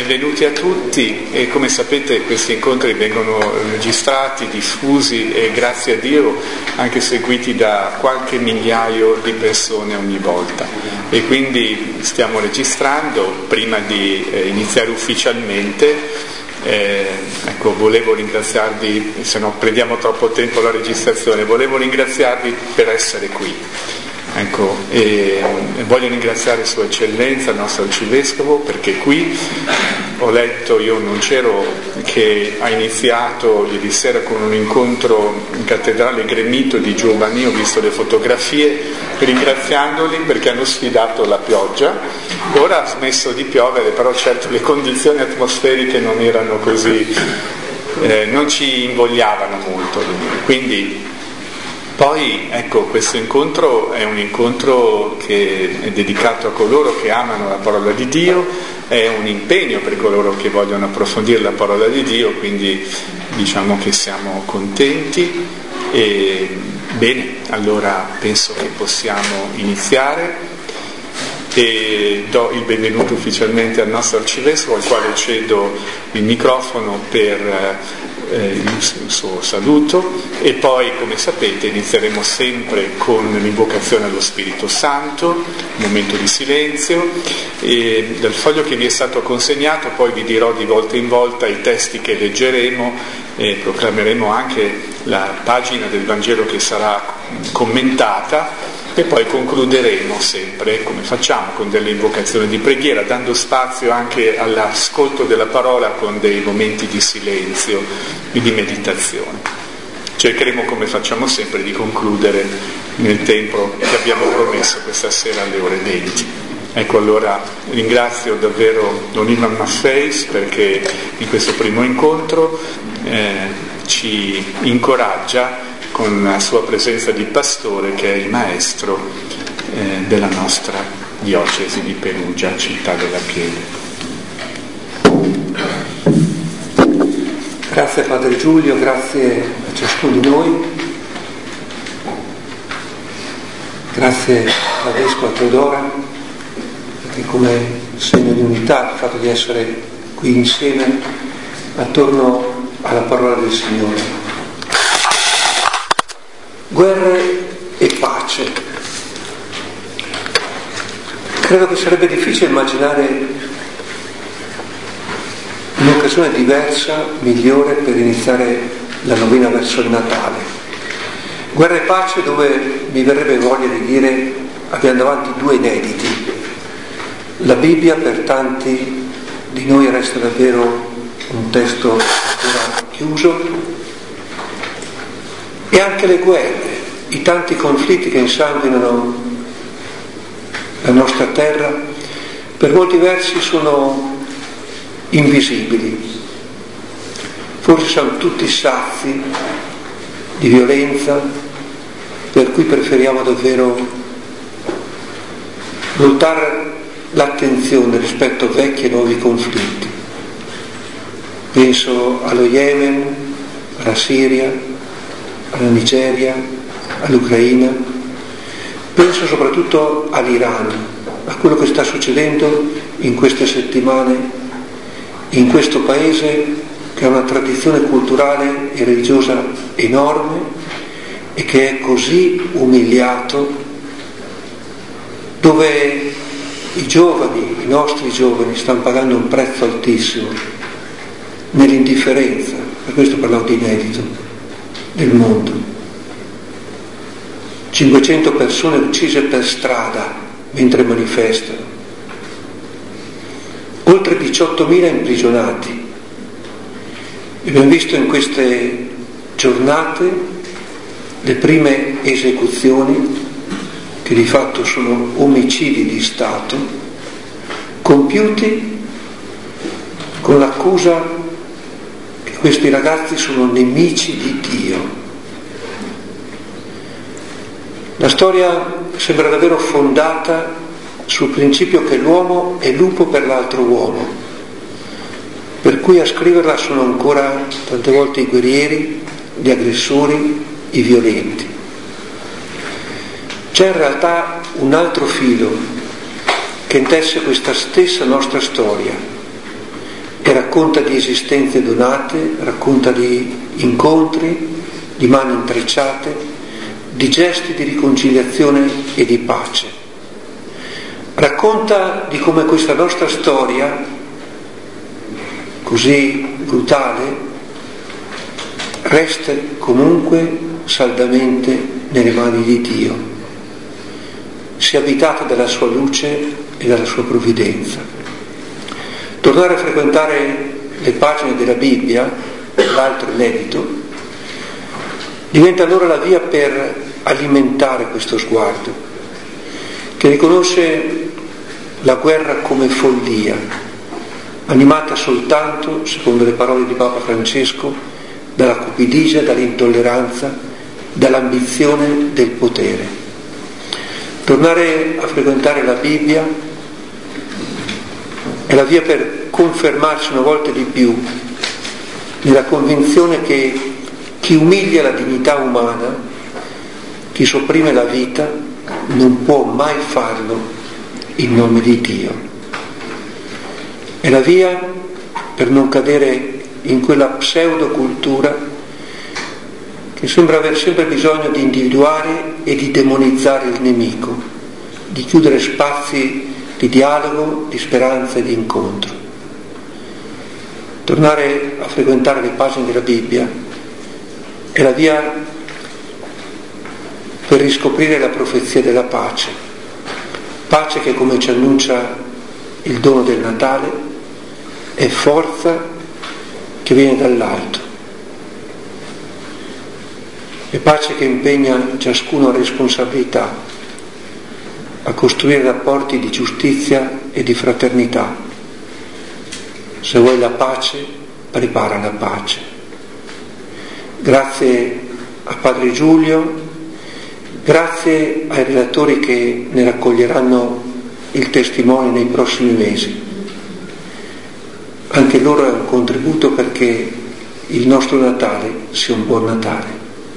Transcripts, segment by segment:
Benvenuti a tutti e come sapete questi incontri vengono registrati, diffusi e grazie a Dio anche seguiti da qualche migliaio di persone ogni volta e quindi stiamo registrando. Prima di iniziare ufficialmente volevo ringraziarvi, se no prendiamo troppo tempo alla registrazione, volevo ringraziarvi per essere qui. E voglio ringraziare Sua Eccellenza, il nostro Arcivescovo, perché qui ho letto, io non c'ero, che ha iniziato ieri sera con un incontro in cattedrale gremito di giovani, ho visto le fotografie, ringraziandoli perché hanno sfidato la pioggia. Ora ha smesso di piovere, però certo le condizioni atmosferiche non erano così, non ci invogliavano molto, quindi poi questo incontro è un incontro che è dedicato a coloro che amano la parola di Dio, è un impegno per coloro che vogliono approfondire la parola di Dio, quindi diciamo che siamo contenti e bene, allora penso che possiamo iniziare e do il benvenuto ufficialmente al nostro Arcivescovo, al quale cedo il microfono per il suo saluto e poi, come sapete, inizieremo sempre con l'invocazione allo Spirito Santo, un momento di silenzio, e dal foglio che vi è stato consegnato poi vi dirò di volta in volta i testi che leggeremo e proclameremo anche la pagina del Vangelo che sarà commentata e poi concluderemo sempre, come facciamo, con delle invocazioni di preghiera, dando spazio anche all'ascolto della parola con dei momenti di silenzio e di meditazione. Cercheremo, come facciamo sempre, di concludere nel tempo che abbiamo promesso questa sera alle ore 20. Allora ringrazio davvero Don Ivan Maffeis perché in questo primo incontro ci incoraggia con la sua presenza di pastore, che è il maestro della nostra diocesi di Perugia, città della Pieve. Grazie Padre Giulio, grazie a ciascuno di noi, grazie alla Vescova Teodora, perché come segno di unità, il fatto di essere qui insieme attorno alla parola del Signore. Guerre e pace. Credo che sarebbe difficile immaginare un'occasione diversa, migliore per iniziare la novena verso il Natale. Guerra e pace, dove mi verrebbe voglia di dire abbiamo davanti due inediti. La Bibbia per tanti di noi resta davvero un testo ancora chiuso, e anche le guerre, i tanti conflitti che insanguinano la nostra terra, per molti versi sono invisibili. Forse siamo tutti sazi di violenza, per cui preferiamo davvero voltare l'attenzione rispetto a vecchi e nuovi conflitti. Penso allo Yemen, alla Siria, alla Nigeria, all'Ucraina, penso soprattutto all'Iran, a quello che sta succedendo in queste settimane in questo paese che ha una tradizione culturale e religiosa enorme e che è così umiliato, dove i giovani, i nostri giovani, stanno pagando un prezzo altissimo nell'indifferenza, per questo parlavo di inedito, del mondo. 500 persone uccise per strada mentre manifestano, oltre 18.000 imprigionati. Abbiamo visto in queste giornate le prime esecuzioni, che di fatto sono omicidi di Stato, compiuti con l'accusa che questi ragazzi sono nemici di Dio. La storia sembra davvero fondata sul principio che l'uomo è lupo per l'altro uomo, per cui a scriverla sono ancora tante volte i guerrieri, gli aggressori, i violenti. C'è in realtà un altro filo che intesse questa stessa nostra storia racconta di esistenze donate, racconta di incontri, di mani intrecciate, di gesti di riconciliazione e di pace. Racconta di come questa nostra storia, così brutale, resta comunque saldamente nelle mani di Dio, sia abitata dalla sua luce e dalla sua provvidenza. Tornare a frequentare le pagine della Bibbia, l'altro inedito, diventa allora la via per alimentare questo sguardo, che riconosce la guerra come follia, animata soltanto, secondo le parole di Papa Francesco, dalla cupidigia, dall'intolleranza, dall'ambizione del potere. Tornare a frequentare la Bibbia è la via per confermarsi una volta di più nella convinzione che chi umilia la dignità umana, chi sopprime la vita, non può mai farlo in nome di Dio. È la via per non cadere in quella pseudocultura che sembra aver sempre bisogno di individuare e di demonizzare il nemico, di chiudere spazi di dialogo, di speranza e di incontro. Tornare a frequentare le pagine della Bibbia è la via per riscoprire la profezia della pace, pace che, come ci annuncia il dono del Natale, è forza che viene dall'alto, è pace che impegna ciascuno a responsabilità, a costruire rapporti di giustizia e di fraternità. Se vuoi la pace, prepara la pace. Grazie a Padre Giulio, grazie ai relatori che ne raccoglieranno il testimone nei prossimi mesi. Anche loro è un contributo perché il nostro Natale sia un buon Natale.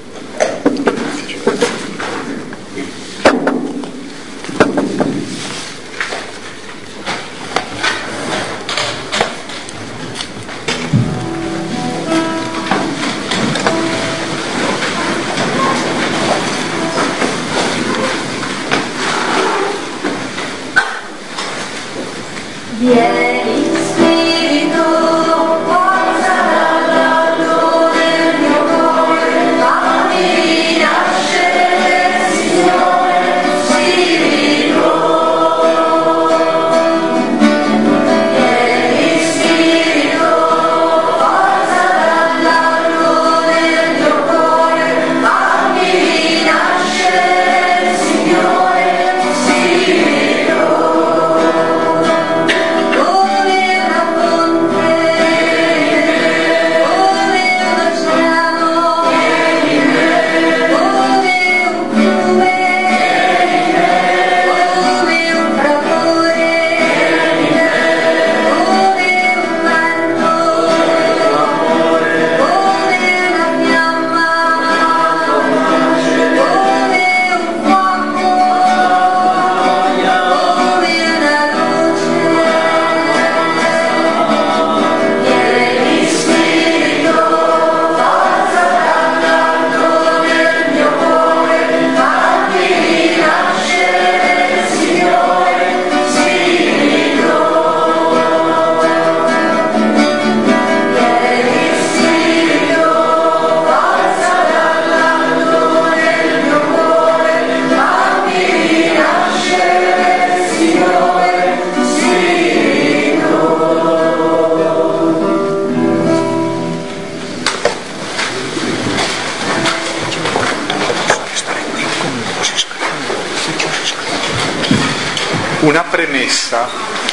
Una premessa: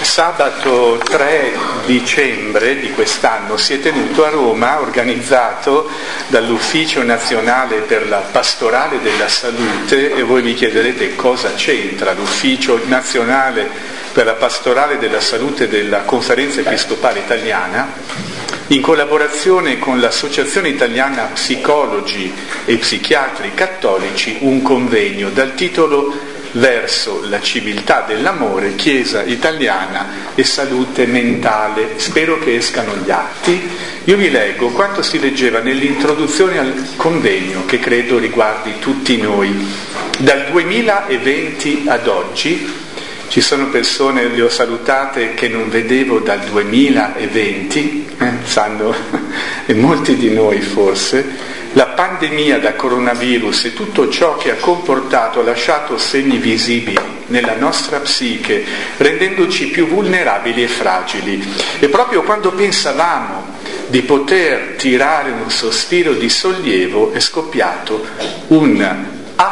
sabato 3 dicembre di quest'anno si è tenuto a Roma, organizzato dall'Ufficio Nazionale per la Pastorale della Salute, e voi vi chiederete cosa c'entra l'Ufficio Nazionale per la Pastorale della Salute della Conferenza Episcopale Italiana, in collaborazione con l'Associazione Italiana Psicologi e Psichiatri Cattolici, un convegno dal titolo verso la civiltà dell'amore, Chiesa italiana e salute mentale. Spero che escano gli atti. Io vi leggo quanto si leggeva nell'introduzione al convegno, che credo riguardi tutti noi. Dal 2020 ad oggi, ci sono persone, le ho salutate, che non vedevo dal 2020, sanno, e molti di noi forse, la pandemia da coronavirus e tutto ciò che ha comportato ha lasciato segni visibili nella nostra psiche, rendendoci più vulnerabili e fragili. E proprio quando pensavamo di poter tirare un sospiro di sollievo, è scoppiato un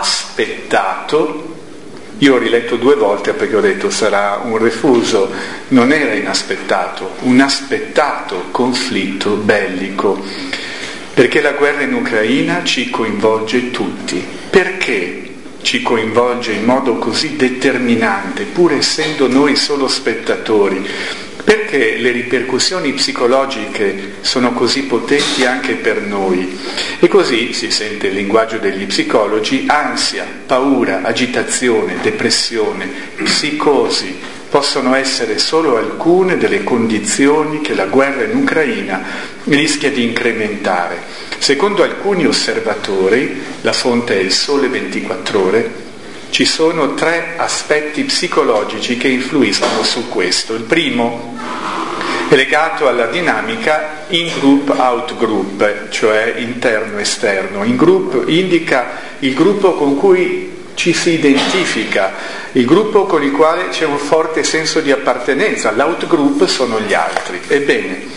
aspettato. Io ho riletto 2 volte perché ho detto sarà un refuso, non era inaspettato, un aspettato conflitto bellico, perché la guerra in Ucraina ci coinvolge tutti. Perché ci coinvolge in modo così determinante, pur essendo noi solo spettatori? Perché le ripercussioni psicologiche sono così potenti anche per noi? E così si sente il linguaggio degli psicologi: ansia, paura, agitazione, depressione, psicosi possono essere solo alcune delle condizioni che la guerra in Ucraina rischia di incrementare. Secondo alcuni osservatori, la fonte è il Sole 24 Ore, ci sono 3 aspetti psicologici che influiscono su questo. Il primo è legato alla dinamica in-group, out-group, cioè interno-esterno. In-group indica il gruppo con cui ci si identifica, il gruppo con il quale c'è un forte senso di appartenenza. L'out-group sono gli altri. Ebbene,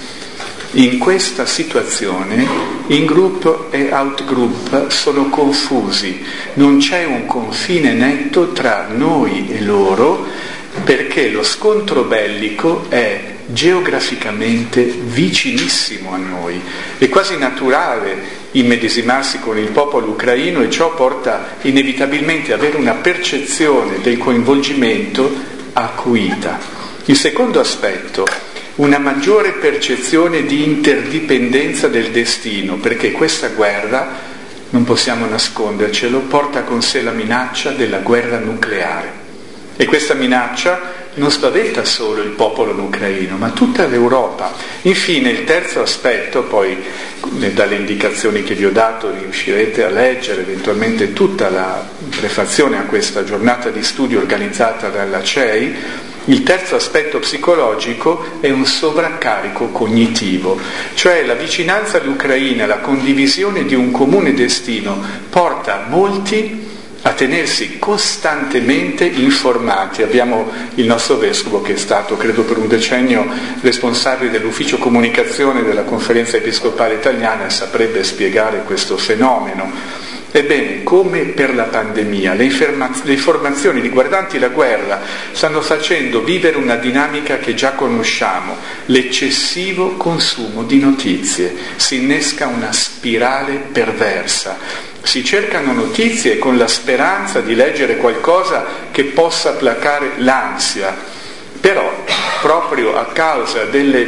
in questa situazione in-group e out-group sono confusi, non c'è un confine netto tra noi e loro, perché lo scontro bellico è geograficamente vicinissimo a noi. È quasi naturale immedesimarsi con il popolo ucraino e ciò porta inevitabilmente ad avere una percezione del coinvolgimento acuita. Il secondo aspetto, una maggiore percezione di interdipendenza del destino, perché questa guerra, non possiamo nascondercelo, porta con sé la minaccia della guerra nucleare. E questa minaccia non spaventa solo il popolo ucraino, ma tutta l'Europa. Infine, il terzo aspetto, poi dalle indicazioni che vi ho dato riuscirete a leggere eventualmente tutta la prefazione a questa giornata di studio organizzata dalla CEI. Il terzo aspetto psicologico è un sovraccarico cognitivo, cioè la vicinanza all'Ucraina, la condivisione di un comune destino porta molti a tenersi costantemente informati. Abbiamo il nostro vescovo che è stato, credo per un decennio, responsabile dell'ufficio comunicazione della Conferenza Episcopale Italiana e saprebbe spiegare questo fenomeno. Ebbene, come per la pandemia, le informazioni riguardanti la guerra stanno facendo vivere una dinamica che già conosciamo, l'eccessivo consumo di notizie. Si innesca una spirale perversa. Si cercano notizie con la speranza di leggere qualcosa che possa placare l'ansia. Però, proprio a causa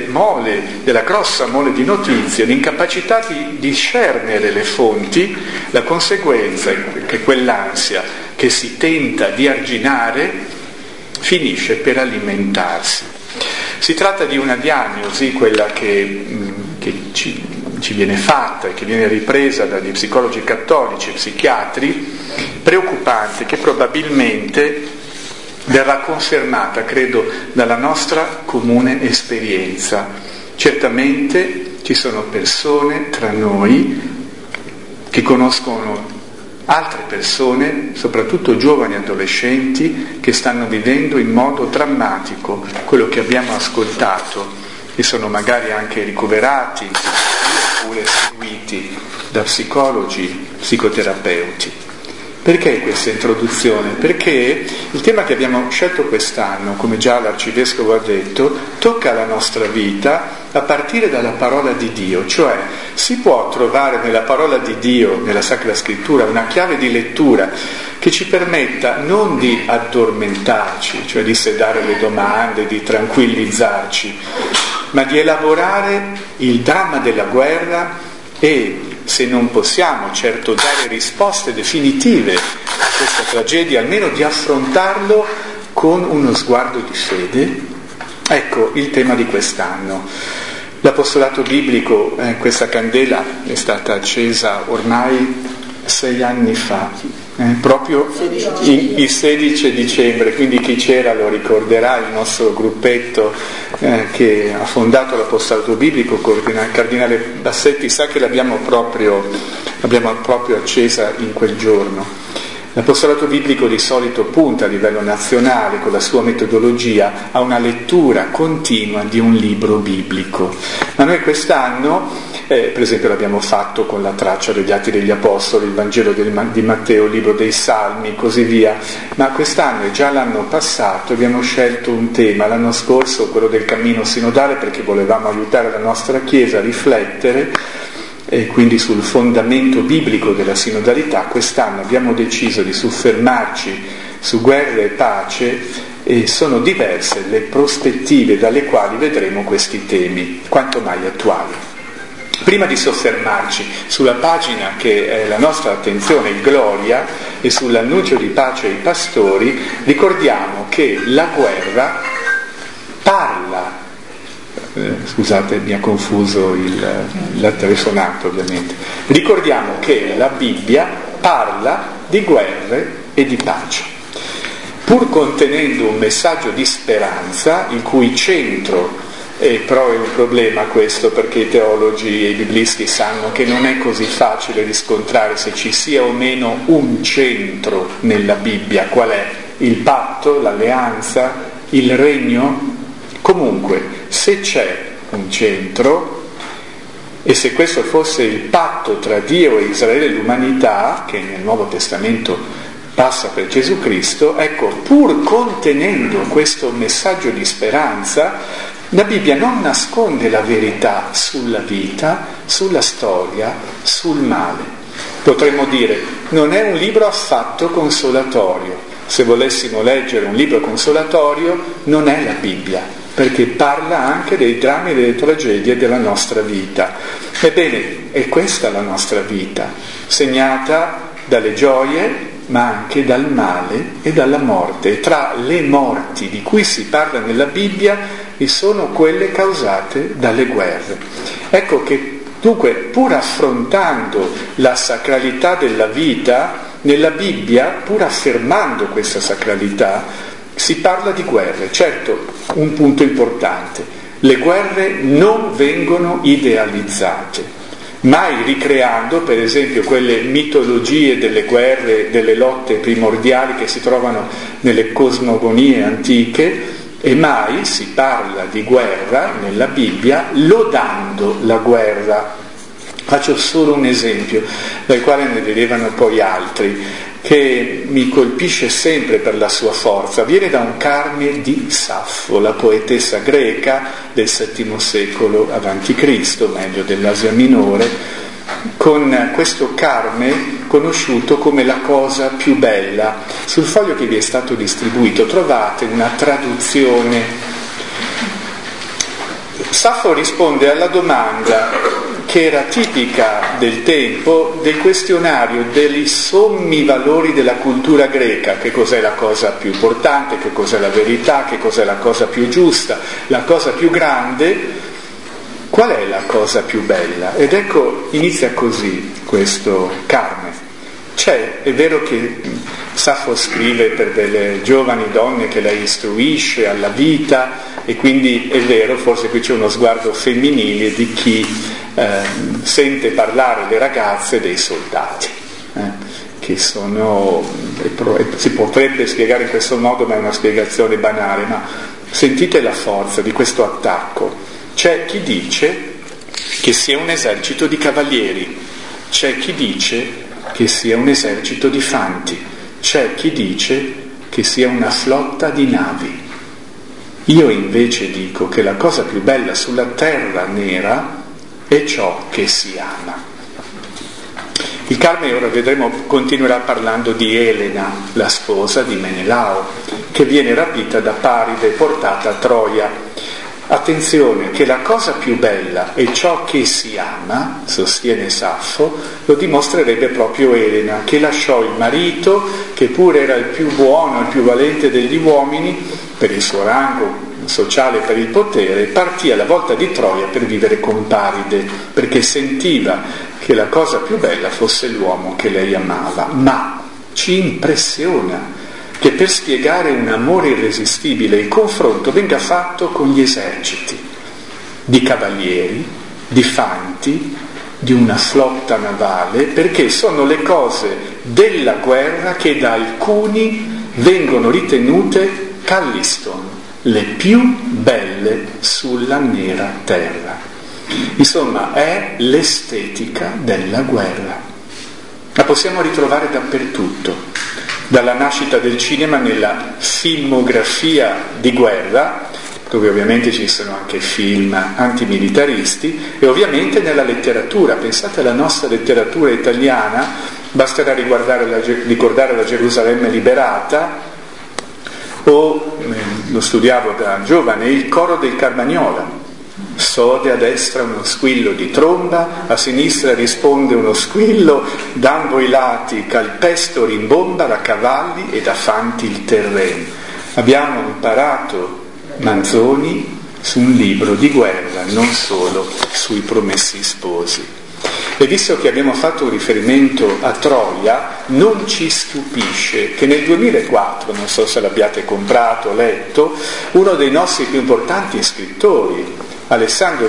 della grossa mole di notizie, l'incapacità di discernere le fonti, la conseguenza è che quell'ansia che si tenta di arginare finisce per alimentarsi. Si tratta di una diagnosi, quella che ci viene fatta e che viene ripresa dagli psicologi cattolici e psichiatri, preoccupante, che probabilmente verrà confermata, credo, dalla nostra comune esperienza. Certamente ci sono persone tra noi che conoscono altre persone, soprattutto giovani adolescenti, che stanno vivendo in modo drammatico quello che abbiamo ascoltato e sono magari anche ricoverati oppure seguiti da psicologi, psicoterapeuti. Perché questa introduzione? Perché il tema che abbiamo scelto quest'anno, come già l'Arcivescovo ha detto, tocca la nostra vita a partire dalla parola di Dio, cioè si può trovare nella parola di Dio, nella Sacra Scrittura, una chiave di lettura che ci permetta non di addormentarci, cioè di sedare le domande, di tranquillizzarci, ma di elaborare il dramma della guerra e, se non possiamo certo dare risposte definitive questa tragedia, almeno di affrontarlo con uno sguardo di fede. Ecco il tema di quest'anno. L'apostolato biblico, questa candela è stata accesa ormai 6 anni fa, proprio il 16 dicembre, quindi chi c'era lo ricorderà, il nostro gruppetto che ha fondato l'apostolato biblico, il cardinale Bassetti, sa che l'abbiamo proprio accesa in quel giorno. L'apostolato biblico di solito punta a livello nazionale con la sua metodologia a una lettura continua di un libro biblico, ma noi quest'anno per esempio l'abbiamo fatto con la traccia degli Atti degli Apostoli, il Vangelo di Matteo, il libro dei Salmi e così via, ma quest'anno e già l'anno passato abbiamo scelto un tema, l'anno scorso quello del cammino sinodale, perché volevamo aiutare la nostra Chiesa a riflettere e quindi sul fondamento biblico della sinodalità. Quest'anno abbiamo deciso di soffermarci su guerra e pace e sono diverse le prospettive dalle quali vedremo questi temi, quanto mai attuali. Prima di soffermarci sulla pagina che è la nostra attenzione, il Gloria, e sull'annuncio di pace ai pastori, ricordiamo che la guerra parla. Scusate, mi ha confuso il telefonato ovviamente. Ricordiamo che la Bibbia parla di guerre e di pace, pur contenendo un messaggio di speranza il cui centro, e però è un problema questo, perché i teologi e i biblisti sanno che non è così facile riscontrare se ci sia o meno un centro nella Bibbia. Qual è? Il patto, l'alleanza, il regno? Comunque, se c'è un centro, e se questo fosse il patto tra Dio e Israele e l'umanità, che nel Nuovo Testamento passa per Gesù Cristo, ecco, pur contenendo questo messaggio di speranza, la Bibbia non nasconde la verità sulla vita, sulla storia, sul male. Potremmo dire, non è un libro affatto consolatorio. Se volessimo leggere un libro consolatorio, non è la Bibbia, perché parla anche dei drammi e delle tragedie della nostra vita. Ebbene, è questa la nostra vita, segnata dalle gioie, ma anche dal male e dalla morte. E tra le morti di cui si parla nella Bibbia vi sono quelle causate dalle guerre. Ecco che dunque, pur affrontando la sacralità della vita, nella Bibbia, pur affermando questa sacralità, si parla di guerre. Certo, un punto importante: le guerre non vengono idealizzate, mai ricreando per esempio quelle mitologie delle guerre, delle lotte primordiali che si trovano nelle cosmogonie antiche, e mai si parla di guerra nella Bibbia lodando la guerra. Faccio solo un esempio, dal quale ne derivano poi altri, che mi colpisce sempre per la sua forza. Viene da un Carme di Saffo, la poetessa greca del VII secolo a.C., meglio dell'Asia Minore, con questo Carme conosciuto come la cosa più bella. Sul foglio che vi è stato distribuito trovate una traduzione. Saffo risponde alla domanda che era tipica del tempo del questionario dei sommi valori della cultura greca: che cos'è la cosa più importante, che cos'è la verità, che cos'è la cosa più giusta, la cosa più grande, qual è la cosa più bella? Ed ecco, inizia così questo Carme. È vero che Saffo scrive per delle giovani donne che lei istruisce alla vita, e quindi è vero, forse qui c'è uno sguardo femminile di chi sente parlare le ragazze dei soldati, che sono, si potrebbe spiegare in questo modo, ma è una spiegazione banale, ma sentite la forza di questo attacco. C'è chi dice che sia un esercito di cavalieri, c'è chi dice che sia un esercito di fanti, c'è chi dice che sia una flotta di navi. Io invece dico che la cosa più bella sulla terra nera è ciò che si ama. Il Carme, ora vedremo, continuerà parlando di Elena, la sposa di Menelao, che viene rapita da Paride e portata a Troia. Attenzione, che la cosa più bella è ciò che si ama, sostiene Saffo, lo dimostrerebbe proprio Elena, che lasciò il marito, che pure era il più buono, il più valente degli uomini, per il suo rango sociale, per il potere, partì alla volta di Troia per vivere con Paride, perché sentiva che la cosa più bella fosse l'uomo che lei amava. Ma ci impressiona che per spiegare un amore irresistibile il confronto venga fatto con gli eserciti di cavalieri, di fanti, di una flotta navale, perché sono le cose della guerra che da alcuni vengono ritenute Calliston, le più belle sulla nera terra. Insomma, è l'estetica della guerra. La possiamo ritrovare dappertutto, dalla nascita del cinema nella filmografia di guerra, dove ovviamente ci sono anche film antimilitaristi, e ovviamente nella letteratura. Pensate alla nostra letteratura italiana, basterà ricordare la Gerusalemme liberata, o, lo studiavo da giovane, il coro del Carmagnola. Sode a destra uno squillo di tromba, a sinistra risponde uno squillo, d'ambo i lati calpesto rimbomba da cavalli ed a fanti il terreno. Abbiamo imparato Manzoni su un libro di guerra, non solo sui Promessi Sposi. E visto che abbiamo fatto un riferimento a Troia, non ci stupisce che nel 2004, non so se l'abbiate comprato o letto, uno dei nostri più importanti scrittori, Alessandro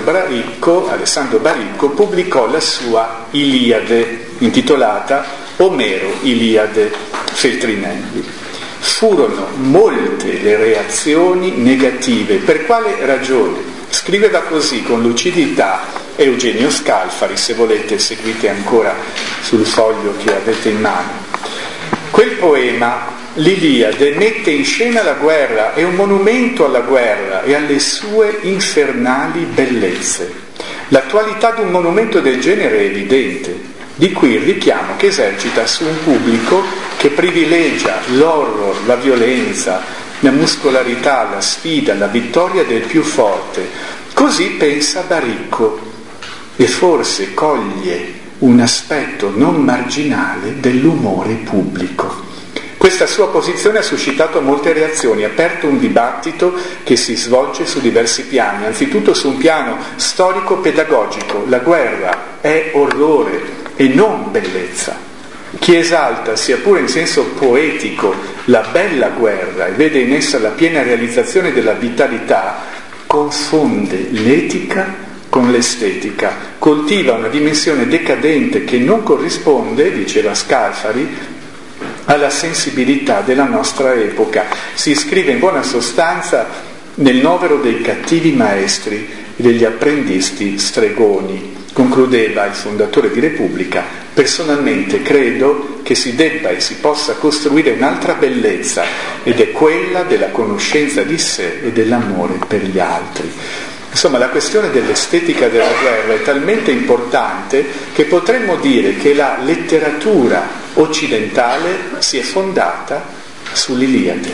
Baricco, pubblicò la sua Iliade, intitolata Omero, Iliade, Feltrinelli. Furono molte le reazioni negative. Per quale ragione? Scriveva così con lucidità Eugenio Scalfari, se volete seguite ancora sul foglio che avete in mano. Quel poema, l'Iliade, mette in scena la guerra, è un monumento alla guerra e alle sue infernali bellezze. L'attualità di un monumento del genere è evidente, di qui il richiamo che esercita su un pubblico che privilegia l'horror, la violenza, la muscolarità, la sfida, la vittoria del più forte. Così pensa Baricco e forse coglie un aspetto non marginale dell'umore pubblico. Questa sua posizione ha suscitato molte reazioni, ha aperto un dibattito che si svolge su diversi piani, anzitutto su un piano storico-pedagogico. La guerra è orrore e non bellezza. Chi esalta, sia pure in senso poetico, la bella guerra e vede in essa la piena realizzazione della vitalità, confonde l'etica con l'estetica, coltiva una dimensione decadente che non corrisponde, diceva Scalfari, alla sensibilità della nostra epoca. Si iscrive in buona sostanza nel novero dei cattivi maestri e degli apprendisti stregoni. Concludeva il fondatore di Repubblica: personalmente credo che si debba e si possa costruire un'altra bellezza, ed è quella della conoscenza di sé e dell'amore per gli altri. Insomma, la questione dell'estetica della guerra è talmente importante che potremmo dire che la letteratura occidentale si è fondata sull'Iliade,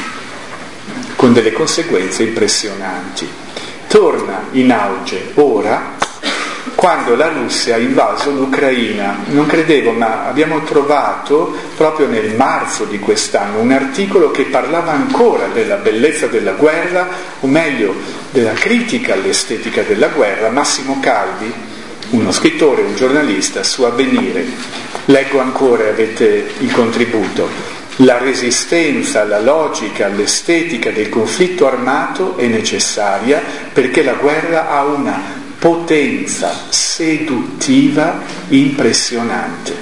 con delle conseguenze impressionanti. Torna in auge ora, quando la Russia ha invaso l'Ucraina. Non credevo, ma abbiamo trovato proprio nel marzo di quest'anno un articolo che parlava ancora della bellezza della guerra, o meglio della critica all'estetica della guerra. Massimo Calvi, uno scrittore, un giornalista, su Avvenire. Leggo ancora, avete il contributo. La resistenza alla logica, all'estetica del conflitto armato è necessaria perché la guerra ha una potenza seduttiva impressionante.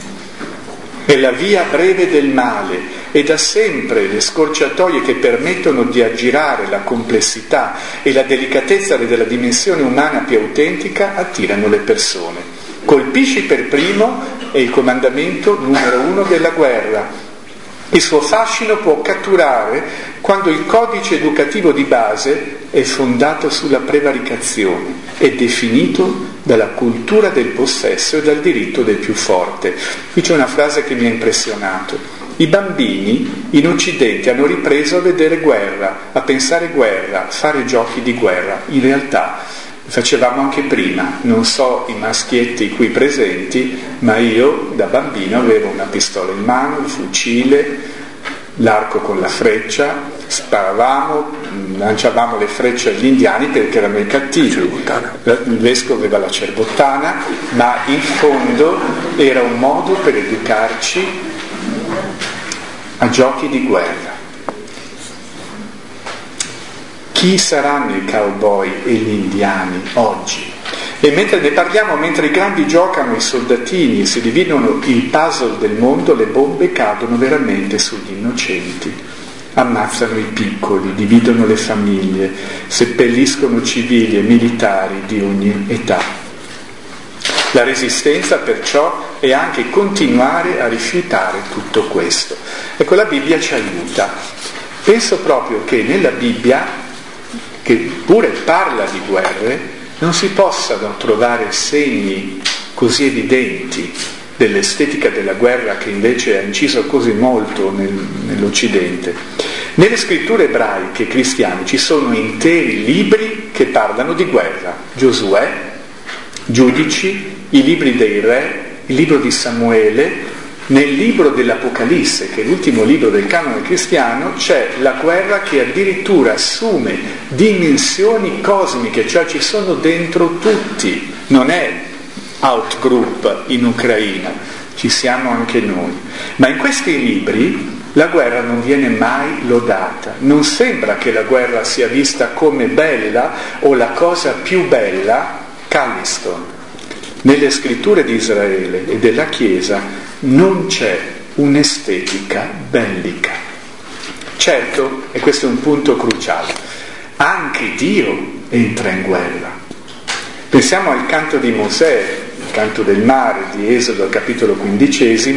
È la via breve del male e da sempre le scorciatoie che permettono di aggirare la complessità e la delicatezza della dimensione umana più autentica attirano le persone. Colpisci per primo è il comandamento numero 1 della guerra. Il suo fascino può catturare quando il codice educativo di base è fondato sulla prevaricazione, è definito dalla cultura del possesso e dal diritto del più forte. Qui c'è una frase che mi ha impressionato. I bambini in Occidente hanno ripreso a vedere guerra, a pensare guerra, a fare giochi di guerra. In realtà facevamo anche prima, non so i maschietti qui presenti, ma io da bambino avevo una pistola in mano, il fucile, l'arco con la freccia, sparavamo, lanciavamo le frecce agli indiani perché erano i cattivi. Il vescovo aveva la cerbottana, ma in fondo era un modo per educarci a giochi di guerra. Chi saranno i cowboy e gli indiani oggi? E mentre ne parliamo, mentre i grandi giocano, i soldatini, si dividono il puzzle del mondo, le bombe cadono veramente sugli innocenti, ammazzano i piccoli, dividono le famiglie, seppelliscono civili e militari di ogni età. La resistenza perciò è anche continuare a rifiutare tutto questo. Ecco, la Bibbia ci aiuta. Penso proprio che nella Bibbia, che pure parla di guerre, non si possano trovare segni così evidenti dell'estetica della guerra che invece ha inciso così molto nell'Occidente. Nelle scritture ebraiche cristiane ci sono interi libri che parlano di guerra: Giosuè, Giudici, i libri dei re, il libro di Samuele. Nel libro dell'Apocalisse, che è l'ultimo libro del canone cristiano, c'è la guerra che addirittura assume dimensioni cosmiche, cioè ci sono dentro tutti, non è outgroup in Ucraina, ci siamo anche noi. Ma in questi libri la guerra non viene mai lodata, non sembra che la guerra sia vista come bella o la cosa più bella. Calliston: nelle scritture di Israele e della Chiesa non c'è un'estetica bellica. Certo, e questo è un punto cruciale, anche Dio entra in guerra. Pensiamo al canto di Mosè, il canto del mare di Esodo al capitolo 15,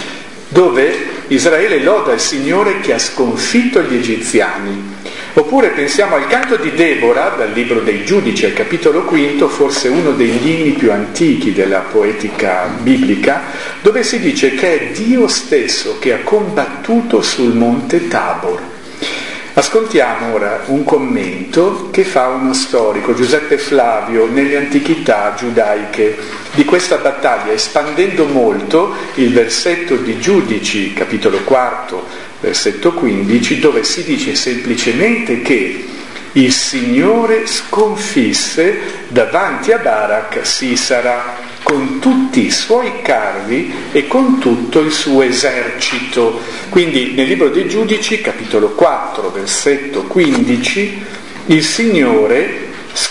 dove Israele loda il Signore che ha sconfitto gli egiziani. Oppure pensiamo al canto di Debora dal libro dei Giudici al capitolo 5, forse uno degli inni più antichi della poetica biblica, dove si dice che è Dio stesso che ha combattuto sul monte Tabor. Ascoltiamo ora un commento che fa uno storico, Giuseppe Flavio, nelle antichità giudaiche di questa battaglia, espandendo molto il versetto di Giudici, capitolo 4, versetto 15, dove si dice semplicemente che il Signore sconfisse davanti a Barak Sisara con tutti i suoi carri e con tutto il suo esercito. Quindi nel libro dei Giudici, capitolo 4, versetto 15, il Signore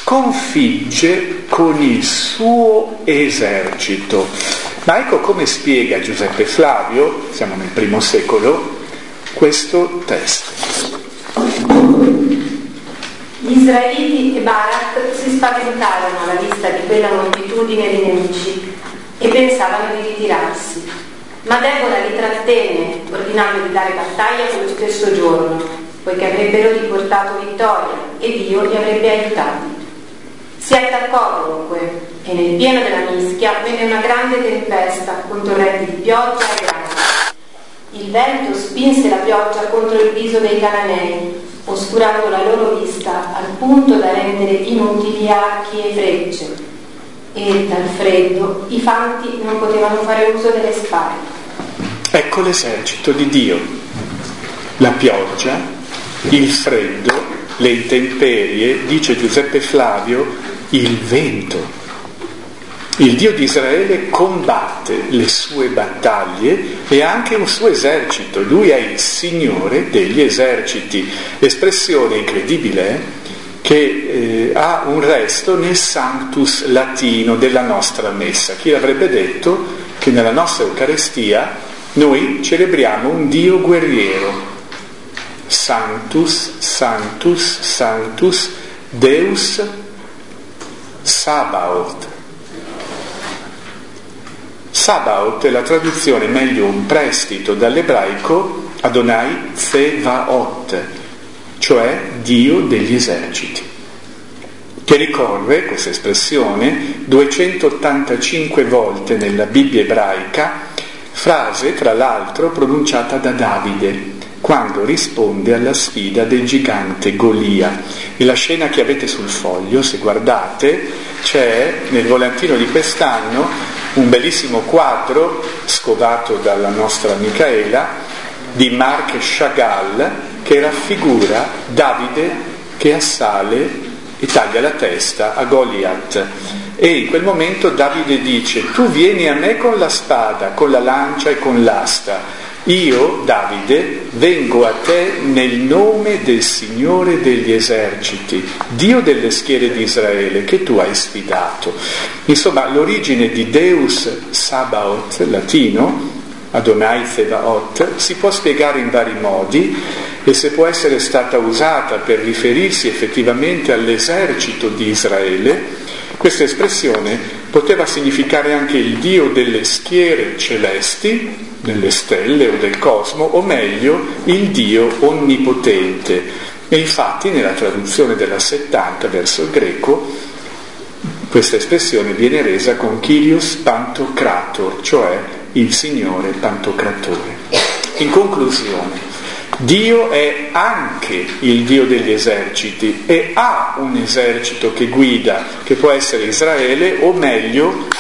sconfigge con il suo esercito. Ma ecco come spiega Giuseppe Flavio, siamo nel I secolo, questo testo. Gli israeliti e Barak si spaventarono alla vista di quella moltitudine di nemici e pensavano di ritirarsi. Ma Debora li trattenne, ordinando di dare battaglia quello stesso giorno, poiché avrebbero riportato vittoria e Dio li avrebbe aiutati. Si attaccò dunque e nel pieno della mischia venne una grande tempesta con torrenti di pioggia e grandine. Il vento spinse la pioggia contro il viso dei cananei, oscurando la loro vista al punto da rendere inutili archi e frecce, e dal freddo i fanti non potevano fare uso delle spade. Ecco l'esercito di Dio: la pioggia, il freddo, le intemperie, dice Giuseppe Flavio, il vento. Il Dio di Israele combatte le sue battaglie e ha anche un suo esercito. Lui è il Signore degli eserciti. Espressione incredibile che ha un resto nel Sanctus latino della nostra messa. Chi avrebbe detto che nella nostra Eucaristia noi celebriamo un Dio guerriero. Sanctus, Sanctus, Sanctus, Deus Sabaoth. Sabaoth è la traduzione, meglio un prestito dall'ebraico Adonai Tsevaot, cioè Dio degli eserciti, che ricorre, questa espressione, 285 volte nella Bibbia ebraica, frase tra l'altro pronunciata da Davide quando risponde alla sfida del gigante Golia. Nella scena che avete sul foglio, se guardate, c'è nel volantino di quest'anno un bellissimo quadro scovato dalla nostra Micaela di Marc Chagall che raffigura Davide che assale e taglia la testa a Goliath. E in quel momento Davide dice: tu vieni a me con la spada, con la lancia e con l'asta. Io, Davide, vengo a te nel nome del Signore degli eserciti, Dio delle schiere di Israele, che tu hai sfidato. Insomma, l'origine di Deus Sabaoth, latino, Adonai Zebaoth, si può spiegare in vari modi, e se può essere stata usata per riferirsi effettivamente all'esercito di Israele, questa espressione poteva significare anche il Dio delle schiere celesti, delle stelle o del cosmo, o meglio, il Dio onnipotente. E infatti nella traduzione della 70 verso il greco questa espressione viene resa con Kyrios Pantocrator, cioè il Signore Pantocratore. In conclusione, Dio è anche il Dio degli eserciti e ha un esercito che guida, che può essere Israele o meglio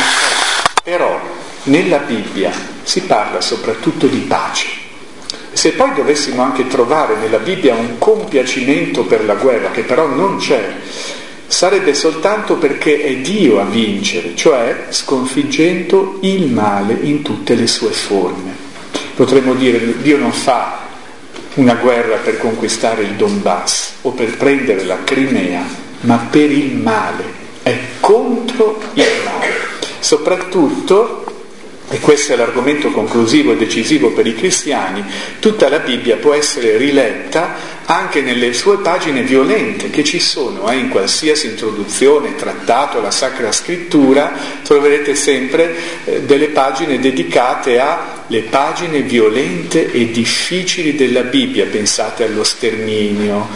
però nella Bibbia si parla soprattutto di pace. Se poi dovessimo anche trovare nella Bibbia un compiacimento per la guerra, che però non c'è, sarebbe soltanto perché è Dio a vincere, cioè sconfiggendo il male in tutte le sue forme. Potremmo dire: Dio non fa una guerra per conquistare il Donbass o per prendere la Crimea, ma per il male, è contro il male. Soprattutto, e questo è l'argomento conclusivo e decisivo per i cristiani, tutta la Bibbia può essere riletta anche nelle sue pagine violente che ci sono, in qualsiasi introduzione, trattato, la Sacra Scrittura, troverete sempre delle pagine dedicate alle pagine violente e difficili della Bibbia. Pensate allo sterminio,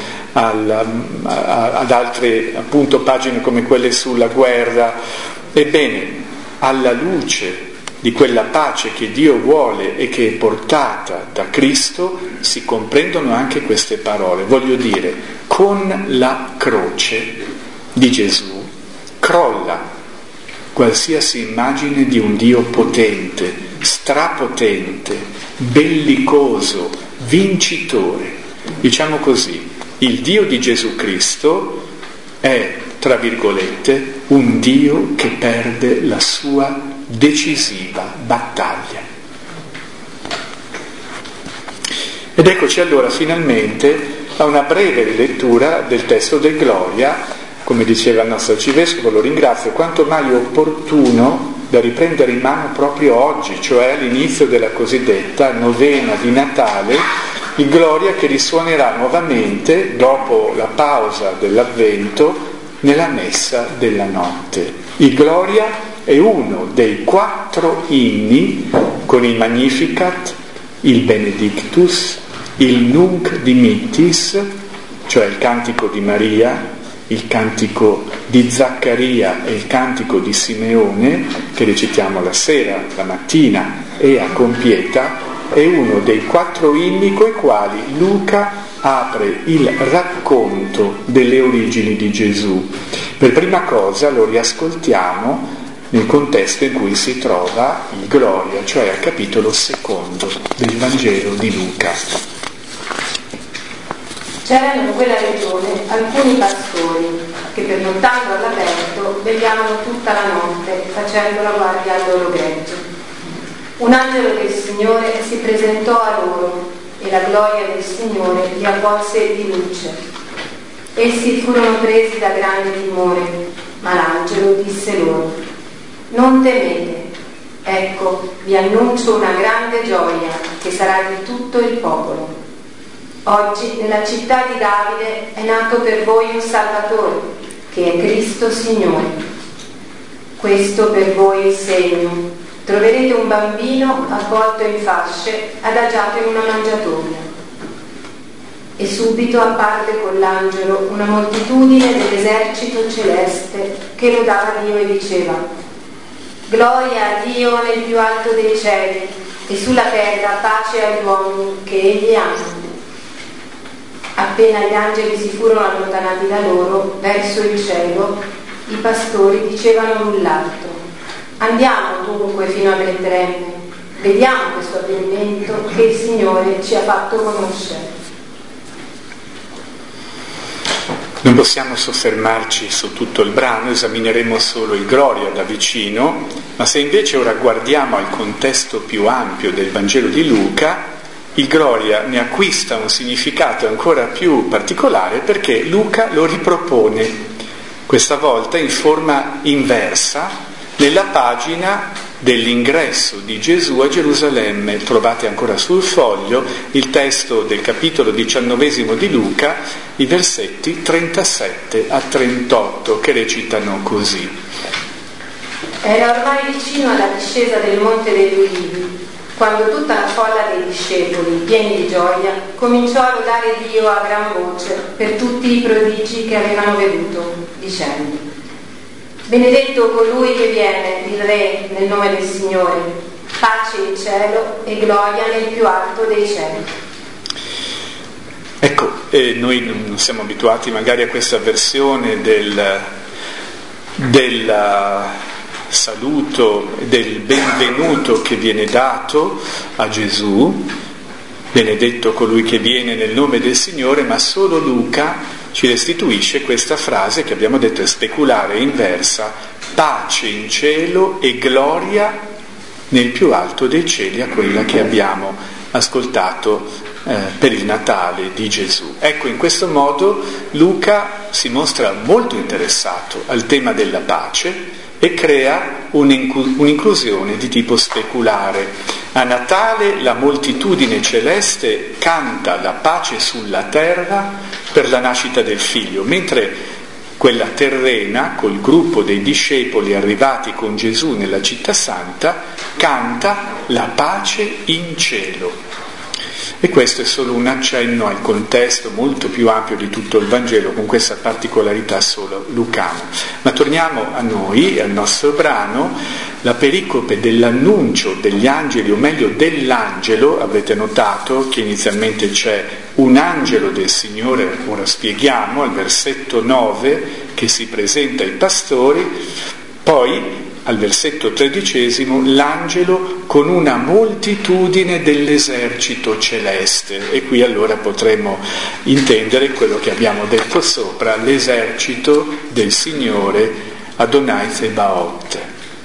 ad altre appunto pagine come quelle sulla guerra. Ebbene, alla luce di quella pace che Dio vuole e che è portata da Cristo si comprendono anche queste parole. Voglio dire, con la croce di Gesù crolla qualsiasi immagine di un Dio potente, strapotente, bellicoso, vincitore. Diciamo così, il Dio di Gesù Cristo è, tra virgolette, un Dio che perde la sua decisiva battaglia. Ed eccoci allora finalmente a una breve rilettura del testo del Gloria. Come diceva il nostro arcivescovo, lo ringrazio, quanto mai opportuno da riprendere in mano proprio oggi, cioè all'inizio della cosiddetta novena di Natale, il Gloria che risuonerà nuovamente dopo la pausa dell'Avvento nella messa della notte. Il Gloria è uno dei 4 inni con il Magnificat, il Benedictus, il Nunc Dimittis, cioè il cantico di Maria, il cantico di Zaccaria e il cantico di Simeone, che recitiamo la sera, la mattina e a compieta, è uno dei 4 inni coi quali Luca apre il racconto delle origini di Gesù. Per prima cosa lo riascoltiamo nel contesto in cui si trova il Gloria, cioè al capitolo 2 del Vangelo di Luca. C'erano in quella regione alcuni pastori che, pernottando all'aperto, vegliavano tutta la notte facendo la guardia al loro gregge. Un angelo del Signore si presentò a loro e la gloria del Signore li avvolse di luce. Essi furono presi da grande timore, ma l'angelo disse loro: non temete, ecco, vi annuncio una grande gioia che sarà di tutto il popolo. Oggi nella città di Davide è nato per voi un Salvatore, che è Cristo Signore. Questo per voi è il segno: troverete un bambino avvolto in fasce, adagiato in una mangiatoia. E subito apparve con l'angelo una moltitudine dell'esercito celeste che lodava Dio e diceva: Gloria a Dio nel più alto dei cieli e sulla terra pace agli uomini che Egli ama. Appena gli angeli si furono allontanati da loro verso il cielo, i pastori dicevano l'un l'altro: andiamo dunque fino a Betlemme, vediamo questo avvenimento che il Signore ci ha fatto conoscere. Non possiamo soffermarci su tutto il brano, esamineremo solo il Gloria da vicino, ma se invece ora guardiamo al contesto più ampio del Vangelo di Luca, il Gloria ne acquista un significato ancora più particolare perché Luca lo ripropone, questa volta in forma inversa, nella pagina dell'ingresso di Gesù a Gerusalemme. Trovate ancora sul foglio il testo del capitolo 19 di Luca, i versetti 37 a 38, che recitano così. Era ormai vicino alla discesa del Monte degli Ulivi, quando tutta la folla dei discepoli, pieni di gioia, cominciò a lodare Dio a gran voce per tutti i prodigi che avevano veduto, dicendo: benedetto colui che viene, il Re, nel nome del Signore, pace in cielo e gloria nel più alto dei cieli. Ecco, noi non siamo abituati magari a questa versione del saluto, del benvenuto che viene dato a Gesù, benedetto colui che viene nel nome del Signore, ma solo Luca ci restituisce questa frase che abbiamo detto è speculare, inversa: pace in cielo e gloria nel più alto dei cieli, a quella che abbiamo ascoltato per il Natale di Gesù. Ecco, in questo modo Luca si mostra molto interessato al tema della pace e crea un'inclusione di tipo speculare. A Natale la moltitudine celeste canta la pace sulla terra per la nascita del figlio, mentre quella terrena, col gruppo dei discepoli arrivati con Gesù nella città santa, canta la pace in cielo. E questo è solo un accenno al contesto molto più ampio di tutto il Vangelo, con questa particolarità solo lucana. Ma torniamo a noi, al nostro brano. La pericope dell'annuncio degli angeli, o meglio dell'angelo, avete notato che inizialmente c'è un angelo del Signore, ora spieghiamo, al versetto 9, che si presenta ai pastori, poi al versetto 13 l'angelo con una moltitudine dell'esercito celeste, e qui allora potremo intendere quello che abbiamo detto sopra, l'esercito del Signore Adonai Zebaot.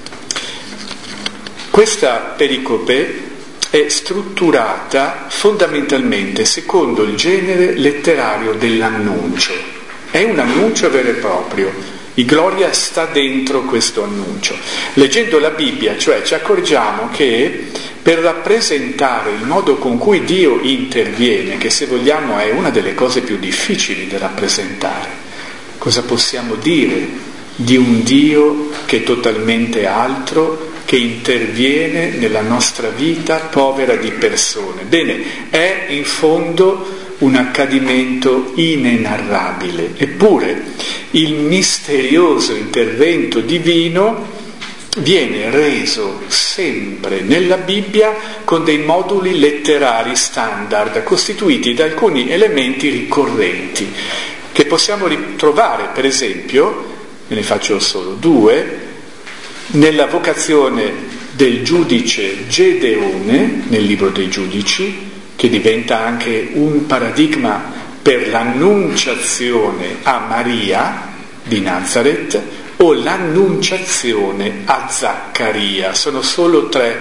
Questa pericope è strutturata fondamentalmente secondo il genere letterario dell'annuncio. È un annuncio vero e proprio. Il Gloria sta dentro questo annuncio. Leggendo la Bibbia, cioè, ci accorgiamo che per rappresentare il modo con cui Dio interviene, che se vogliamo è una delle cose più difficili da rappresentare, cosa possiamo dire di un Dio che è totalmente altro, che interviene nella nostra vita povera di persone? Bene, è in fondo un accadimento inenarrabile, eppure il misterioso intervento divino viene reso sempre nella Bibbia con dei moduli letterari standard, costituiti da alcuni elementi ricorrenti che possiamo ritrovare, per esempio, ve ne faccio solo due, nella vocazione del giudice Gedeone nel libro dei Giudici, che diventa anche un paradigma per l'annunciazione a Maria di Nazaret, o l'annunciazione a Zaccaria. Sono solo tre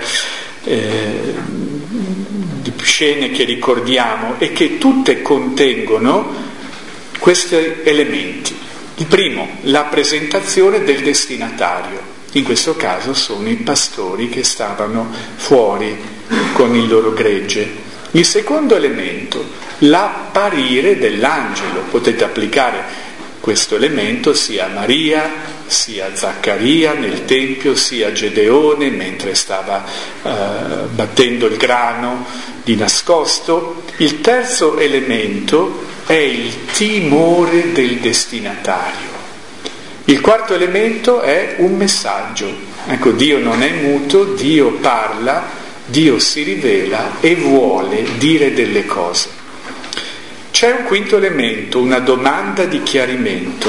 scene che ricordiamo e che tutte contengono questi elementi. Il primo, la presentazione del destinatario. In questo caso sono i pastori che stavano fuori con il loro gregge. Il secondo elemento, l'apparire dell'angelo. Potete applicare questo elemento sia a Maria, sia a Zaccaria nel Tempio, sia a Gedeone mentre stava battendo il grano di nascosto. Il terzo elemento è il timore del destinatario. Il quarto elemento è un messaggio. Ecco, Dio non è muto, Dio parla, Dio si rivela e vuole dire delle cose. C'è un quinto elemento, una domanda di chiarimento.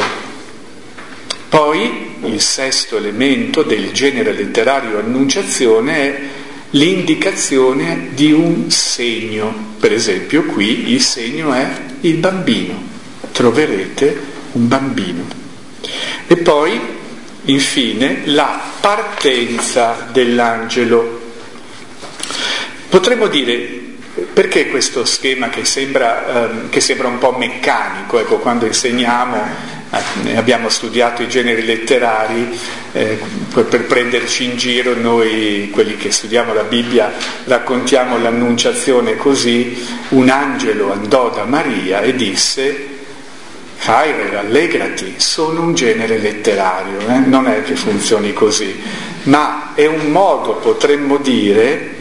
Poi il sesto elemento del genere letterario annunciazione è l'indicazione di un segno. Per esempio qui il segno è il bambino. Troverete un bambino. E poi, infine, la partenza dell'angelo. Potremmo dire, perché questo schema che sembra un po' meccanico? Ecco, quando insegniamo, abbiamo studiato i generi letterari, per prenderci in giro noi, quelli che studiamo la Bibbia, raccontiamo l'annunciazione così: un angelo andò da Maria e disse: Caire, allegrati, sono un genere letterario, non è che funzioni così, ma è un modo, potremmo dire,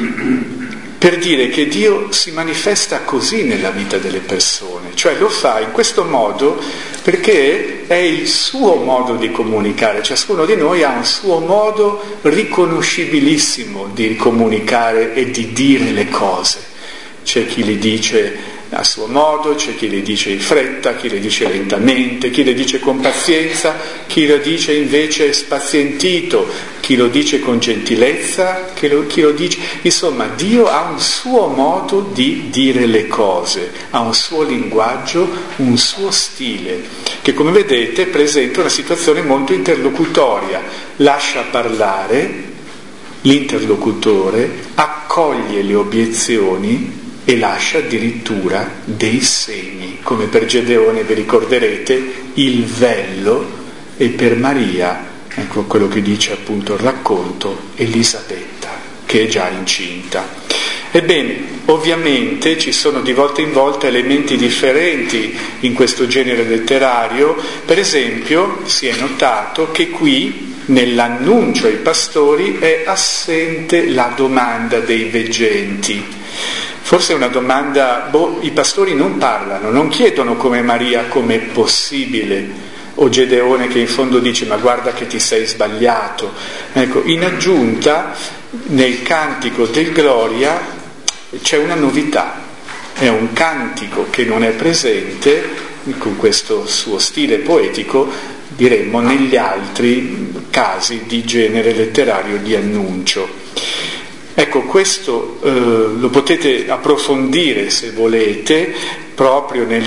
per dire che Dio si manifesta così nella vita delle persone, cioè lo fa in questo modo perché è il suo modo di comunicare. Ciascuno di noi ha un suo modo riconoscibilissimo di comunicare e di dire le cose. C'è chi li dice a suo modo, c'è chi le dice in fretta, chi le dice lentamente, chi le dice con pazienza, chi lo dice invece spazientito, chi lo dice con gentilezza, chi lo dice... Insomma, Dio ha un suo modo di dire le cose, ha un suo linguaggio, un suo stile, che come vedete presenta una situazione molto interlocutoria. Lascia parlare l'interlocutore, accoglie le obiezioni e lascia addirittura dei segni, come per Gedeone, vi ricorderete, il vello, e per Maria, ecco quello che dice appunto il racconto, Elisabetta, che è già incinta. Ebbene, ovviamente ci sono di volta in volta elementi differenti in questo genere letterario. Per esempio, si è notato che qui, nell'annuncio ai pastori, è assente la domanda dei veggenti. Forse è una domanda, i pastori non parlano, non chiedono come Maria com'è possibile, o Gedeone che in fondo dice ma guarda che ti sei sbagliato. Ecco, in aggiunta, nel cantico del Gloria c'è una novità, è un cantico che non è presente, con questo suo stile poetico, diremmo negli altri casi di genere letterario di annuncio. Ecco, questo lo potete approfondire se volete. Proprio nel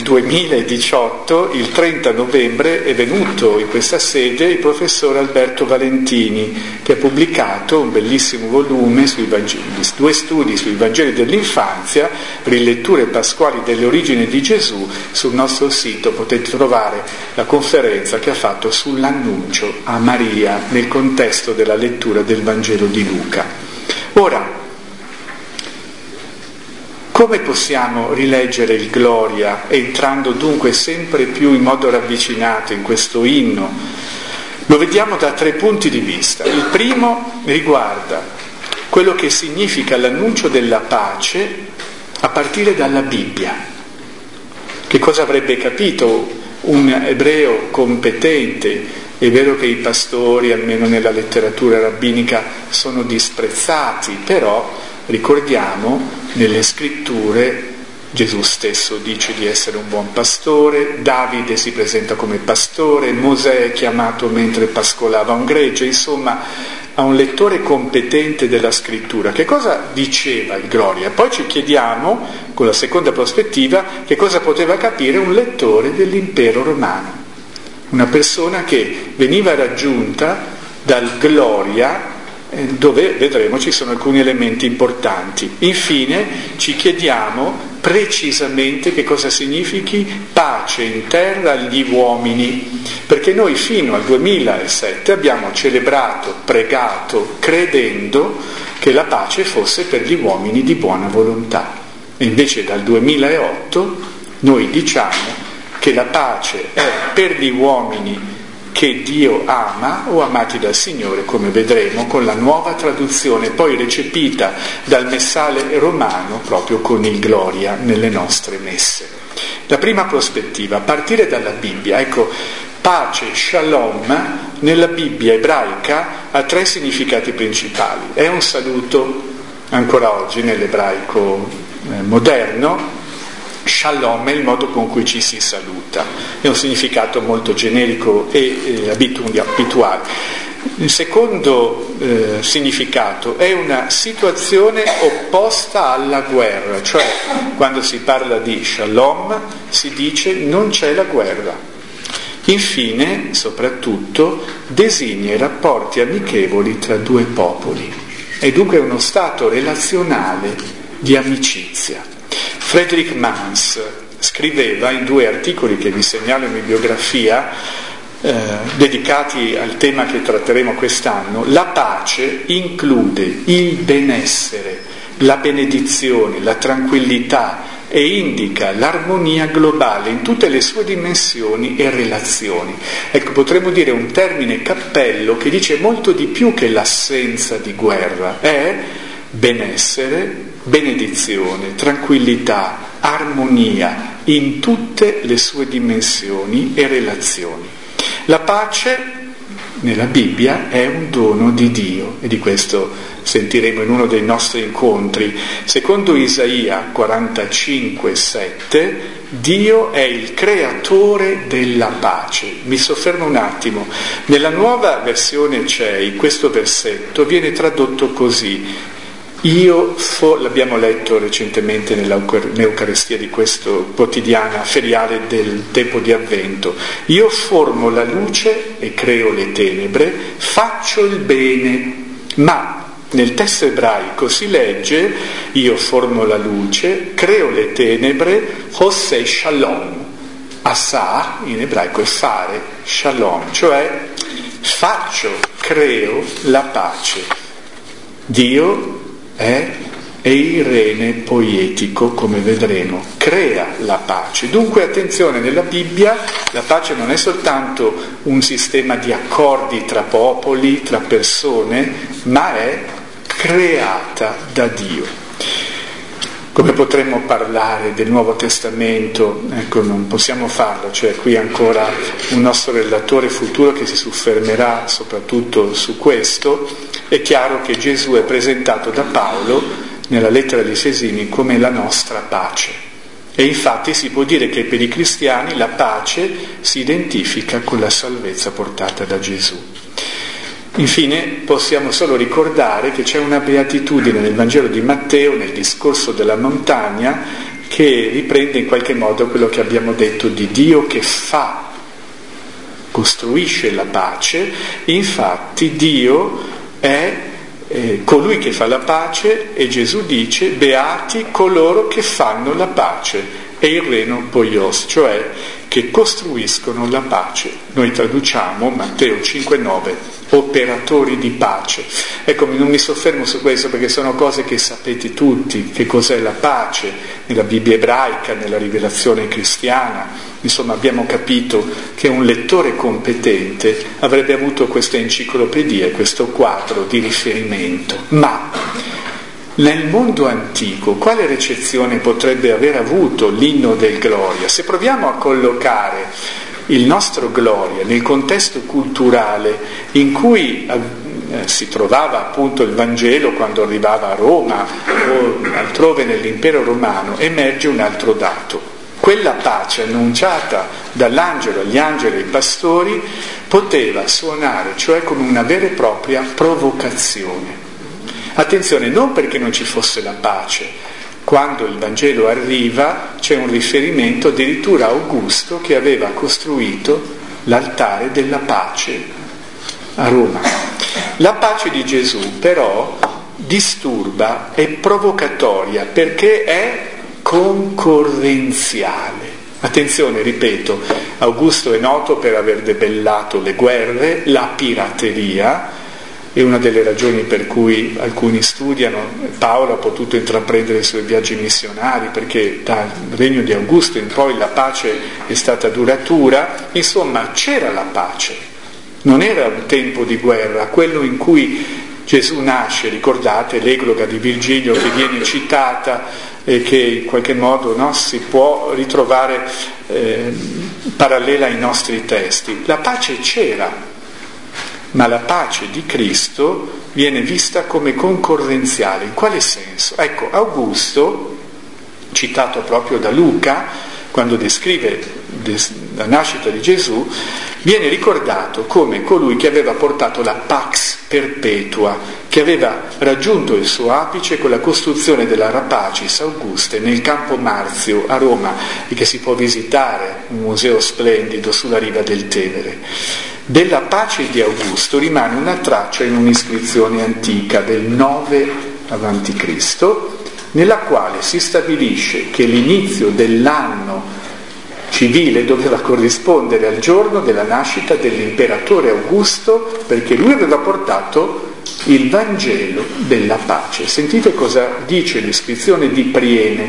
2018, il 30 novembre, è venuto in questa sede il professor Alberto Valentini, che ha pubblicato un bellissimo volume sui Vangeli, 2 studi sui Vangeli dell'infanzia, riletture pasquali delle origini di Gesù. Sul nostro sito potete trovare la conferenza che ha fatto sull'annuncio a Maria nel contesto della lettura del Vangelo di Luca. Ora, come possiamo rileggere il Gloria, entrando dunque sempre più in modo ravvicinato in questo inno? Lo vediamo da 3 punti di vista. Il primo riguarda quello che significa l'annuncio della pace a partire dalla Bibbia. Che cosa avrebbe capito un ebreo competente? È vero che i pastori, almeno nella letteratura rabbinica, sono disprezzati, però ricordiamo nelle scritture Gesù stesso dice di essere un buon pastore, Davide si presenta come pastore, Mosè è chiamato mentre pascolava un gregge. Insomma, a un lettore competente della scrittura che cosa diceva il Gloria? Poi ci chiediamo, con la seconda prospettiva, che cosa poteva capire un lettore dell'impero romano, una persona che veniva raggiunta dal Gloria, dove vedremo ci sono alcuni elementi importanti. Infine ci chiediamo precisamente che cosa significhi pace in terra agli uomini, perché noi fino al 2007 abbiamo celebrato, pregato, credendo che la pace fosse per gli uomini di buona volontà, e invece dal 2008 noi diciamo che la pace è per gli uomini che Dio ama o amati dal Signore, come vedremo con la nuova traduzione poi recepita dal Messale romano proprio con il Gloria nelle nostre messe. La prima prospettiva, a partire dalla Bibbia. Ecco, pace, shalom, nella Bibbia ebraica ha 3 significati principali. È un saluto ancora oggi nell'ebraico moderno. Shalom è il modo con cui ci si saluta, è un significato molto generico e abituale. Il secondo significato è una situazione opposta alla guerra, cioè quando si parla di shalom si dice non c'è la guerra. Infine, soprattutto, designa i rapporti amichevoli tra 2 popoli, è dunque uno stato relazionale di amicizia. Friedrich Manns scriveva in 2 articoli che vi segnalo in bibliografia, dedicati al tema che tratteremo quest'anno: la pace include il benessere, la benedizione, la tranquillità e indica l'armonia globale in tutte le sue dimensioni e relazioni. Ecco, potremmo dire un termine cappello che dice molto di più che l'assenza di guerra, è benessere, benedizione, tranquillità, armonia in tutte le sue dimensioni e relazioni. La pace nella Bibbia è un dono di Dio e di questo sentiremo in uno dei nostri incontri. Secondo Isaia 45,7, Dio è il creatore della pace. Mi soffermo un attimo. Nella nuova versione CEI questo versetto viene tradotto così: l'abbiamo letto recentemente nell'Eucaristia di questo quotidiana feriale del tempo di Avvento. Io formo la luce e creo le tenebre, faccio il bene, ma nel testo ebraico si legge: io formo la luce, creo le tenebre, Hosei Shalom. Asa in ebraico è fare, Shalom, cioè faccio, creo la pace. Dio è eirene poietico, come vedremo, crea la pace. Dunque attenzione, nella Bibbia la pace non è soltanto un sistema di accordi tra popoli, tra persone, ma è creata da Dio. Come potremmo parlare del Nuovo Testamento? Ecco, non possiamo farlo, c'è qui ancora un nostro relatore futuro che si soffermerà soprattutto su questo. È chiaro che Gesù è presentato da Paolo nella lettera agli Efesini come la nostra pace. E infatti si può dire che per i cristiani la pace si identifica con la salvezza portata da Gesù. Infine possiamo solo ricordare che c'è una beatitudine nel Vangelo di Matteo, nel discorso della montagna, che riprende in qualche modo quello che abbiamo detto di Dio che costruisce la pace. Infatti Dio è colui che fa la pace e Gesù dice: beati coloro che fanno la pace, e il reno poios, cioè che costruiscono la pace. Noi traduciamo Matteo 5,9, operatori di pace. Ecco, non mi soffermo su questo perché sono cose che sapete tutti, che cos'è la pace nella Bibbia ebraica, nella rivelazione cristiana. Insomma, abbiamo capito che un lettore competente avrebbe avuto questa enciclopedia, questo quadro di riferimento. Ma nel mondo antico quale recezione potrebbe aver avuto l'inno del Gloria? Se proviamo a collocare il nostro Gloria nel contesto culturale in cui si trovava appunto il Vangelo quando arrivava a Roma o altrove nell'impero romano, emerge un altro dato. Quella pace annunciata dall'angelo agli angeli e ai pastori poteva suonare, cioè, come una vera e propria provocazione. Attenzione, non perché non ci fosse la pace. Quando il Vangelo arriva c'è un riferimento addirittura a Augusto che aveva costruito l'altare della pace a Roma. La pace di Gesù però disturba, è provocatoria perché è concorrenziale. Attenzione, ripeto, Augusto è noto per aver debellato le guerre, la pirateria. È una delle ragioni per cui alcuni studiano, Paolo ha potuto intraprendere i suoi viaggi missionari, perché dal regno di Augusto in poi la pace è stata duratura. Insomma, c'era la pace, non era un tempo di guerra, quello in cui Gesù nasce. Ricordate l'egloga di Virgilio che viene citata e che in qualche modo si può ritrovare parallela ai nostri testi. La pace c'era, ma la pace di Cristo viene vista come concorrenziale. In quale senso? Ecco, Augusto, citato proprio da Luca, quando descrive la nascita di Gesù, viene ricordato come colui che aveva portato la Pax Perpetua, che aveva raggiunto il suo apice con la costruzione della Rapacis Auguste nel Campo Marzio a Roma, e che si può visitare, un museo splendido sulla riva del Tevere. Della pace di Augusto rimane una traccia in un'iscrizione antica del 9 a.C., nella quale si stabilisce che l'inizio dell'anno civile doveva corrispondere al giorno della nascita dell'imperatore Augusto, perché lui aveva portato il Vangelo della pace. Sentite cosa dice l'iscrizione di Priene: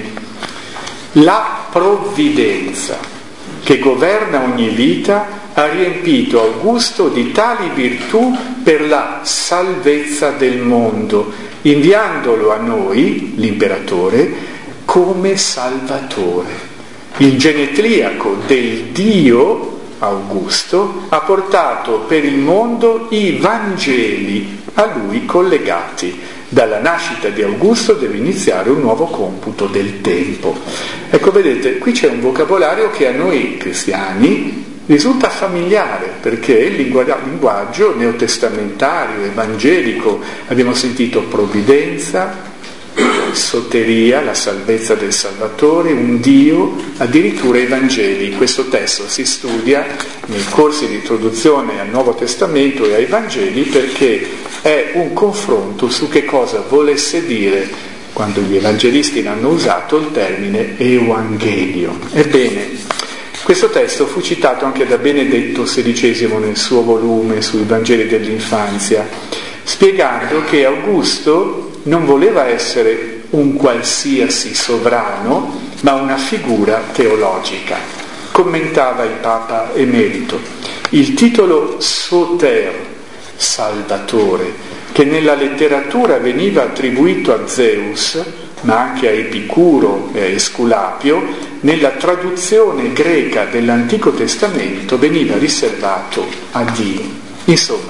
la provvidenza che governa ogni vita ha riempito Augusto di tali virtù per la salvezza del mondo, inviandolo a noi, l'imperatore, come salvatore. Il genetriaco del Dio Augusto ha portato per il mondo i Vangeli a lui collegati. Dalla nascita di Augusto deve iniziare un nuovo computo del tempo. Ecco, vedete, qui c'è un vocabolario che a noi cristiani risulta familiare, perché il linguaggio neotestamentario, evangelico, abbiamo sentito provvidenza, soteria, la salvezza del Salvatore, un Dio, addirittura i Vangeli. Questo testo si studia nei corsi di introduzione al Nuovo Testamento e ai Vangeli, perché è un confronto su che cosa volesse dire quando gli evangelisti hanno usato il termine Evangelion. Ebbene, questo testo fu citato anche da Benedetto XVI nel suo volume sui Vangeli dell'infanzia, spiegando che Augusto non voleva essere un qualsiasi sovrano, ma una figura teologica. Commentava il Papa Emerito: il titolo Soter, Salvatore, che nella letteratura veniva attribuito a Zeus, ma anche a Epicuro e a Esculapio, nella traduzione greca dell'Antico Testamento veniva riservato a Dio. Insomma,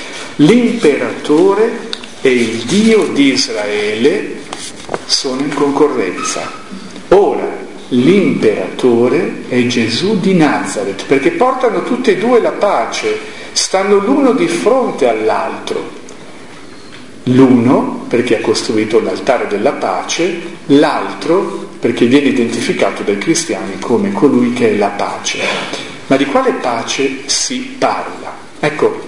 l'imperatore e il Dio di Israele sono in concorrenza. Ora, l'imperatore è Gesù di Nazareth, perché portano tutti e due la pace, stanno l'uno di fronte all'altro. L'uno perché ha costruito l'altare della pace, l'altro perché viene identificato dai cristiani come colui che è la pace. Ma di quale pace si parla? Ecco,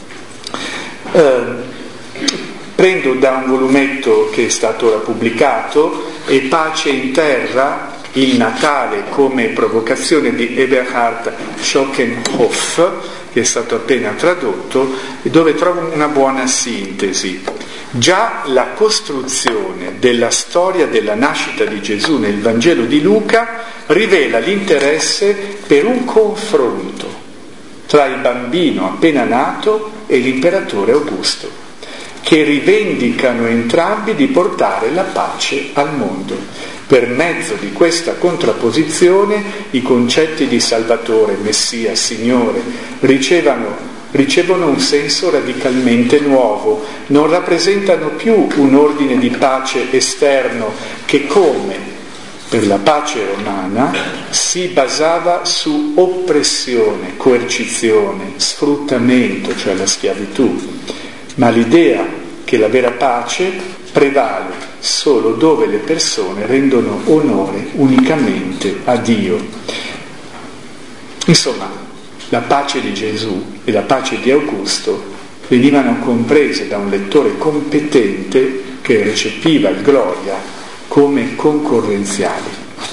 prendo da un volumetto che è stato ora pubblicato, E pace in terra, il Natale come provocazione, di Eberhard Schockenhoff, che è stato appena tradotto, dove trovo una buona sintesi. Già la costruzione della storia della nascita di Gesù nel Vangelo di Luca rivela l'interesse per un confronto tra il bambino appena nato e l'imperatore Augusto, che rivendicano entrambi di portare la pace al mondo. Per mezzo di questa contrapposizione i concetti di Salvatore, Messia, Signore ricevono un senso radicalmente nuovo, non rappresentano più un ordine di pace esterno che, come per la pace romana, si basava su oppressione, coercizione, sfruttamento, cioè la schiavitù, ma l'idea che la vera pace prevale solo dove le persone rendono onore unicamente a Dio. Insomma, la pace di Gesù e la pace di Augusto venivano comprese da un lettore competente che recepiva il Gloria come concorrenziali.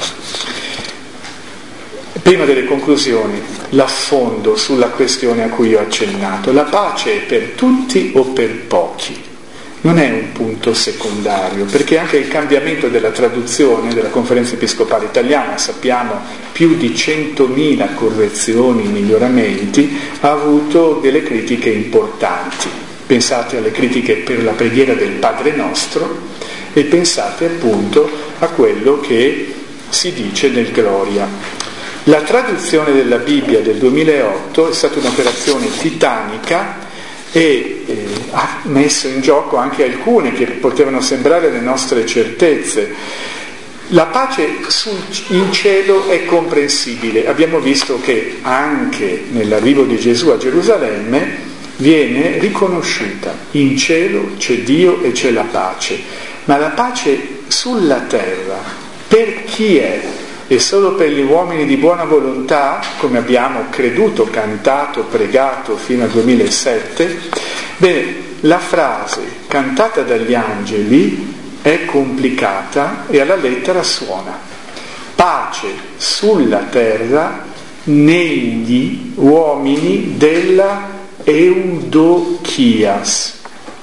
Prima delle conclusioni, l'affondo sulla questione a cui ho accennato. La pace è per tutti o per pochi? Non è un punto secondario, perché anche il cambiamento della traduzione della Conferenza Episcopale Italiana, sappiamo più di 100.000 correzioni, miglioramenti, ha avuto delle critiche importanti. Pensate alle critiche per la preghiera del Padre Nostro e pensate appunto a quello che si dice nel Gloria. La traduzione della Bibbia del 2008 è stata un'operazione titanica e ha messo in gioco anche alcune che potevano sembrare le nostre certezze. La pace in cielo è comprensibile. Abbiamo visto che anche nell'arrivo di Gesù a Gerusalemme viene riconosciuta. In cielo c'è Dio e c'è la pace. Ma la pace sulla terra, per chi è? E solo per gli uomini di buona volontà, come abbiamo creduto, cantato, pregato fino al 2007, bene, la frase cantata dagli angeli è complicata e alla lettera suona: pace sulla terra negli uomini della Eudokias.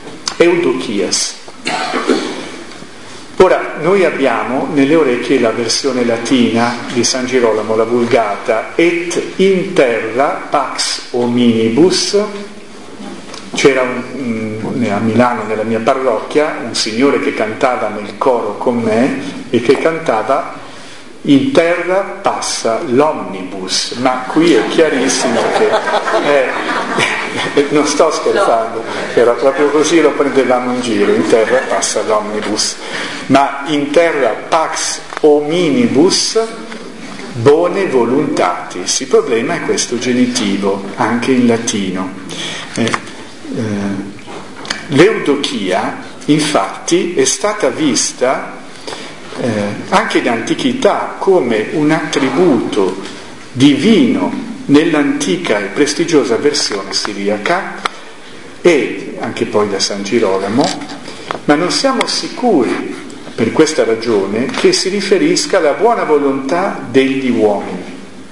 Ora, noi abbiamo nelle orecchie la versione latina di San Girolamo, la Vulgata: et in terra pax hominibus. C'era a Milano, nella mia parrocchia, un signore che cantava nel coro con me e che cantava: in terra passa l'omnibus. Ma qui è chiarissimo che non sto scherzando, era proprio così, lo prendevamo in giro: in terra passa l'omnibus. Ma in terra pax hominibus bone voluntatis. Il problema è questo genitivo, anche in latino. L'Eudochia, infatti, è stata vista anche in antichità come un attributo divino nell'antica e prestigiosa versione siriaca e anche poi da San Girolamo, ma non siamo sicuri per questa ragione che si riferisca alla buona volontà degli uomini.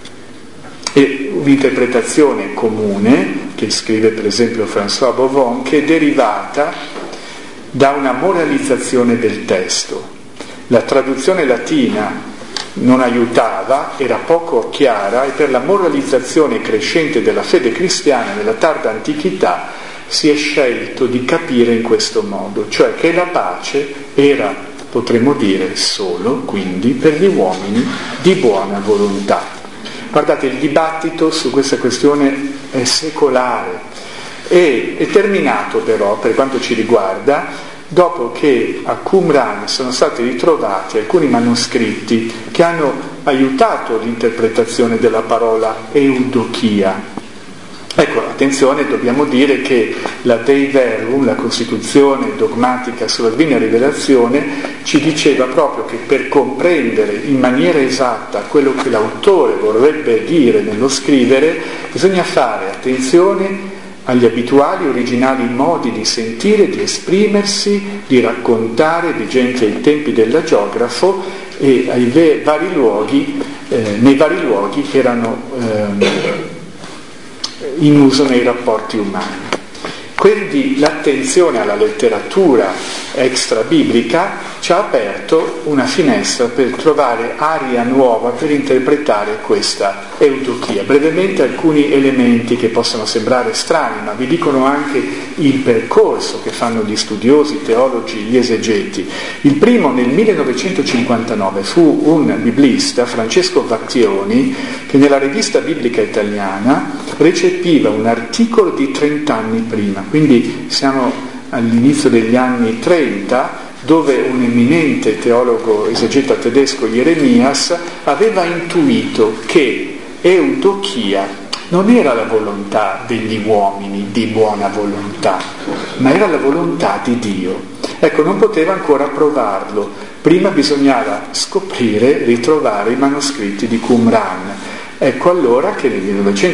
E un'interpretazione comune, che scrive per esempio François Bovon, che è derivata da una moralizzazione del testo. La traduzione latina non aiutava, era poco chiara, e per la moralizzazione crescente della fede cristiana nella tarda antichità si è scelto di capire in questo modo, cioè che la pace era, potremmo dire, solo quindi per gli uomini di buona volontà. Guardate, il dibattito su questa questione è secolare e è terminato però, per quanto ci riguarda, dopo che a Qumran sono stati ritrovati alcuni manoscritti che hanno aiutato l'interpretazione della parola Eudochia. Ecco, attenzione, dobbiamo dire che la Dei Verbum, la Costituzione dogmatica sulla Divina Rivelazione, ci diceva proprio che per comprendere in maniera esatta quello che l'autore vorrebbe dire nello scrivere, bisogna fare attenzione agli abituali, originali modi di sentire, di esprimersi, di raccontare, vigenti ai tempi dell'agiografo e ai vari luoghi, nei vari luoghi che erano in uso nei rapporti umani. Quindi l'attenzione alla letteratura extra biblica ci ha aperto una finestra per trovare aria nuova per interpretare questa Eudochia. Brevemente alcuni elementi che possono sembrare strani, ma vi dicono anche il percorso che fanno gli studiosi, i teologi, gli esegeti. Il primo, nel 1959, fu un biblista, Francesco Vattioni, che nella Rivista Biblica Italiana recepiva un articolo di 30 anni prima, quindi siamo all'inizio degli anni 30, dove un eminente teologo esegeta tedesco, Jeremias, aveva intuito che Eudochia non era la volontà degli uomini di buona volontà, ma era la volontà di Dio. Ecco, non poteva ancora provarlo, prima bisognava scoprire, ritrovare i manoscritti di Qumran. Ecco allora che nel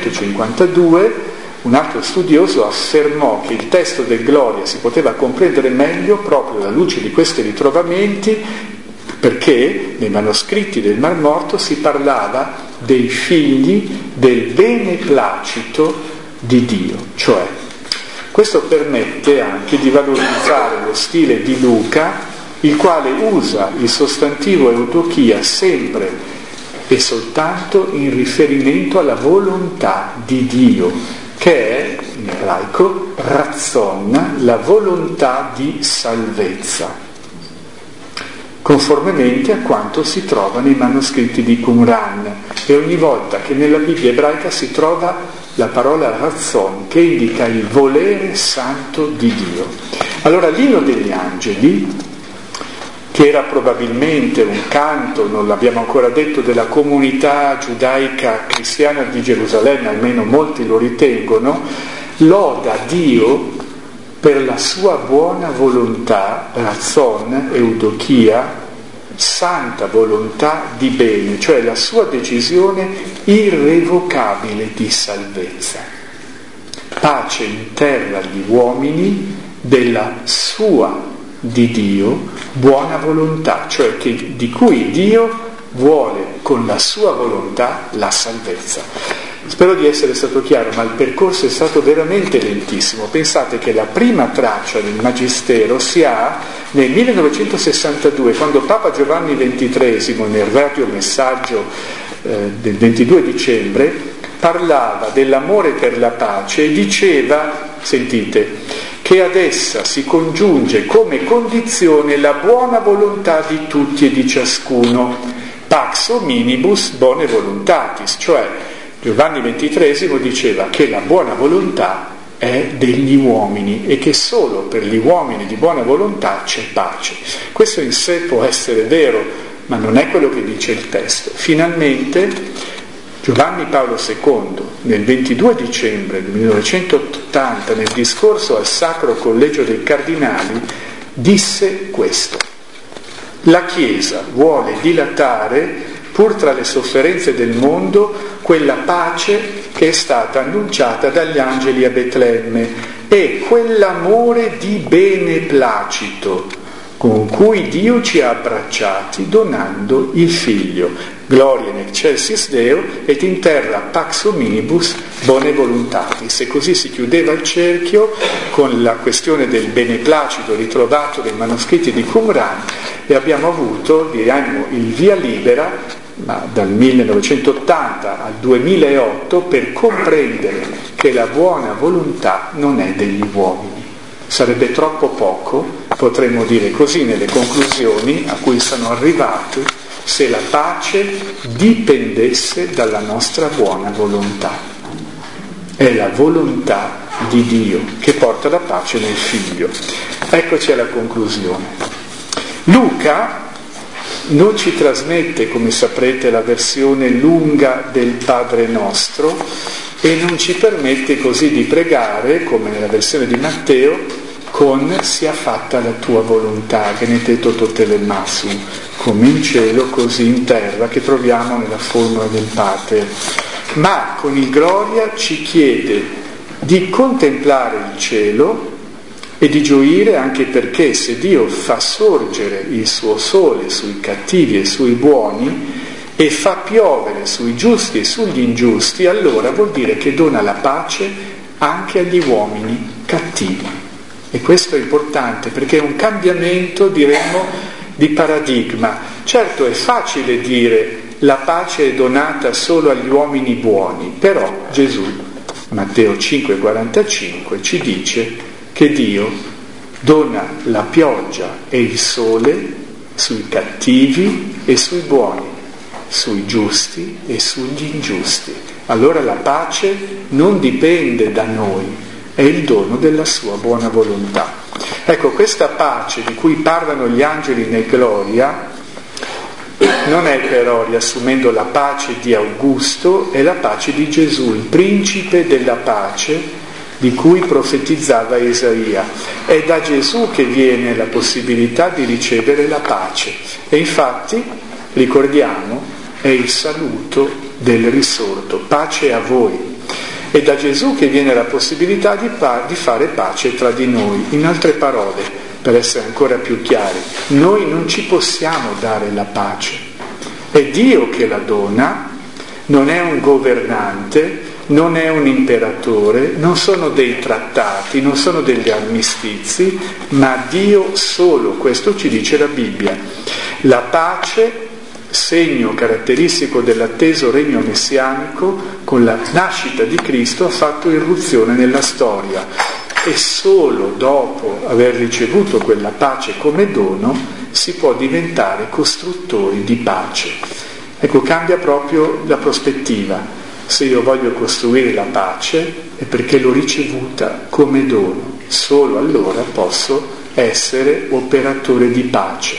1952 un altro studioso affermò che il testo del Gloria si poteva comprendere meglio proprio alla luce di questi ritrovamenti, perché nei manoscritti del Mar Morto si parlava dei figli del beneplacito di Dio. Cioè, questo permette anche di valorizzare lo stile di Luca, il quale usa il sostantivo Eudochia sempre e soltanto in riferimento alla volontà di Dio, che è in ebraico razzon, la volontà di salvezza. conformemente a quanto si trova nei manoscritti di Qumran. E ogni volta che nella Bibbia ebraica si trova la parola razzon, che indica il volere santo di Dio. Allora l'inno degli angeli, che era probabilmente un canto, non l'abbiamo ancora detto, della comunità giudaica cristiana di Gerusalemme, almeno molti lo ritengono, loda Dio per la sua buona volontà, razzon, eudochia, santa volontà di bene, cioè la sua decisione irrevocabile di salvezza. Pace in terra agli uomini della sua, di Dio, buona volontà, cioè di cui Dio vuole con la sua volontà la salvezza. Spero di essere stato chiaro, ma il percorso è stato veramente lentissimo. Pensate che la prima traccia del Magistero si ha nel 1962, quando Papa Giovanni XXIII, nel Radio Messaggio del 22 dicembre, parlava dell'amore per la pace e diceva, sentite, che ad essa si congiunge come condizione la buona volontà di tutti e di ciascuno, pax hominibus bone voluntatis, cioè Giovanni XXIII diceva che la buona volontà è degli uomini e che solo per gli uomini di buona volontà c'è pace. Questo in sé può essere vero, ma non è quello che dice il testo. Finalmente Giovanni Paolo II, nel 22 dicembre del 1980, nel discorso al Sacro Collegio dei Cardinali, disse questo: la Chiesa vuole dilatare, pur tra le sofferenze del mondo, quella pace che è stata annunciata dagli angeli a Betlemme e quell'amore di beneplacito con cui Dio ci ha abbracciati donando il Figlio. Gloria in excelsis Deo et in terra pax hominibus bone voluntatis. E così si chiudeva il cerchio con la questione del beneplacito ritrovato nei manoscritti di Qumran e abbiamo avuto, diremmo, il via libera, ma dal 1980 al 2008, per comprendere che la buona volontà non è degli uomini. Sarebbe troppo poco, potremmo dire così nelle conclusioni a cui sono arrivati, se la pace dipendesse dalla nostra buona volontà. È la volontà di Dio che porta la pace nel Figlio. Eccoci alla conclusione. Luca non ci trasmette, come saprete, la versione lunga del Padre Nostro e non ci permette così di pregare, come nella versione di Matteo, con sia fatta la tua volontà, genete toto telemassum, come in cielo così in terra, che troviamo nella formula del Pater. Ma con il Gloria ci chiede di contemplare il cielo e di gioire, anche perché se Dio fa sorgere il suo sole sui cattivi e sui buoni e fa piovere sui giusti e sugli ingiusti, allora vuol dire che dona la pace anche agli uomini cattivi. E questo è importante perché è un cambiamento, diremmo, di paradigma. Certo, è facile dire la pace è donata solo agli uomini buoni, però Gesù, Matteo 5,45, ci dice che Dio dona la pioggia e il sole sui cattivi e sui buoni, sui giusti e sugli ingiusti. Allora la pace non dipende da noi, è il dono della sua buona volontà. Ecco, questa pace di cui parlano gli angeli nel Gloria non è però, riassumendo, la pace di Augusto, è la pace di Gesù, il principe della pace di cui profetizzava Isaia. È da Gesù che viene la possibilità di ricevere la pace e infatti, ricordiamo, è il saluto del risorto: pace a voi. È da Gesù che viene la possibilità di fare pace tra di noi. In altre parole, per essere ancora più chiari, noi non ci possiamo dare la pace. È Dio che la dona, non è un governante, non è un imperatore, non sono dei trattati, non sono degli armistizi, ma Dio solo, questo ci dice la Bibbia. La pace, segno caratteristico dell'atteso regno messianico, con la nascita di Cristo ha fatto irruzione nella storia e solo dopo aver ricevuto quella pace come dono si può diventare costruttori di pace. Ecco, cambia proprio la prospettiva. Se io voglio costruire la pace è perché l'ho ricevuta come dono, solo allora posso essere operatore di pace.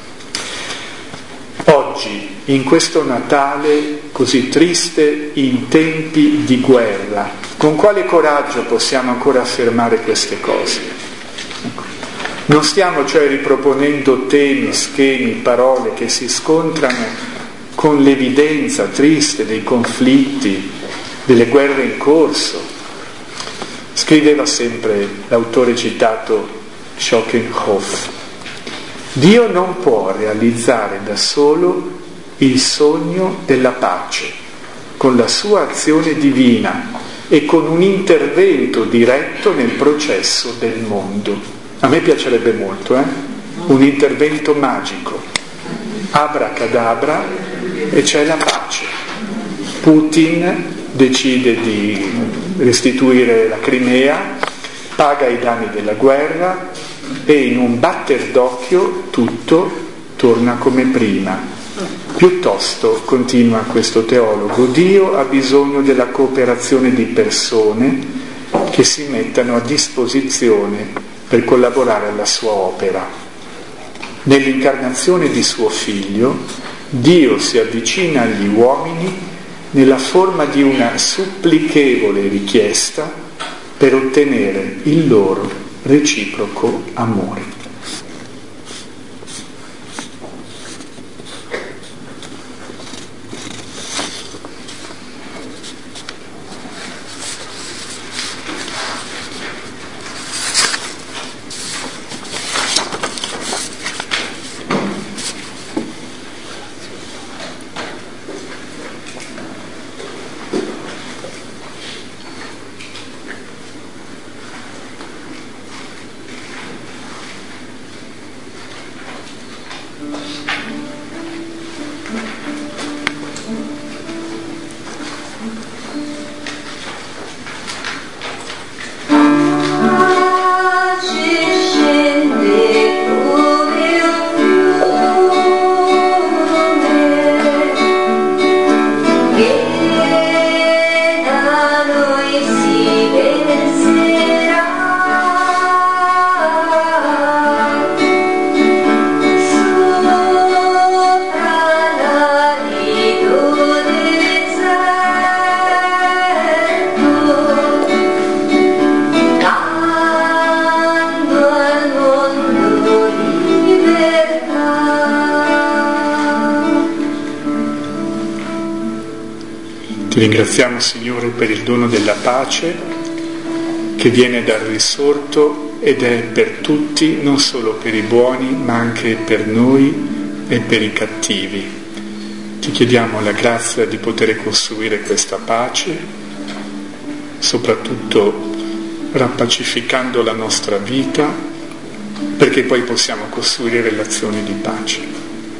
Oggi, in questo Natale così triste, in tempi di guerra, con quale coraggio possiamo ancora affermare queste cose? Non stiamo cioè riproponendo temi, schemi, parole che si scontrano con l'evidenza triste dei conflitti, delle guerre in corso. Scriveva sempre l'autore citato Schopenhauer: Dio non può realizzare da solo il sogno della pace con la sua azione divina e con un intervento diretto nel processo del mondo. A me piacerebbe molto, un intervento magico, abracadabra, e c'è la pace. Putin decide di restituire la Crimea, paga i danni della guerra e in un batter d'occhio tutto torna come prima. Piuttosto, continua questo teologo, Dio ha bisogno della cooperazione di persone che si mettano a disposizione per collaborare alla sua opera. Nell'incarnazione di suo Figlio, Dio si avvicina agli uomini nella forma di una supplichevole richiesta per ottenere il loro reciproco amore. Ti ringraziamo, Signore, per il dono della pace che viene dal risorto ed è per tutti, non solo per i buoni, ma anche per noi e per i cattivi. Ti chiediamo la grazia di poter costruire questa pace, soprattutto rappacificando la nostra vita, perché poi possiamo costruire relazioni di pace.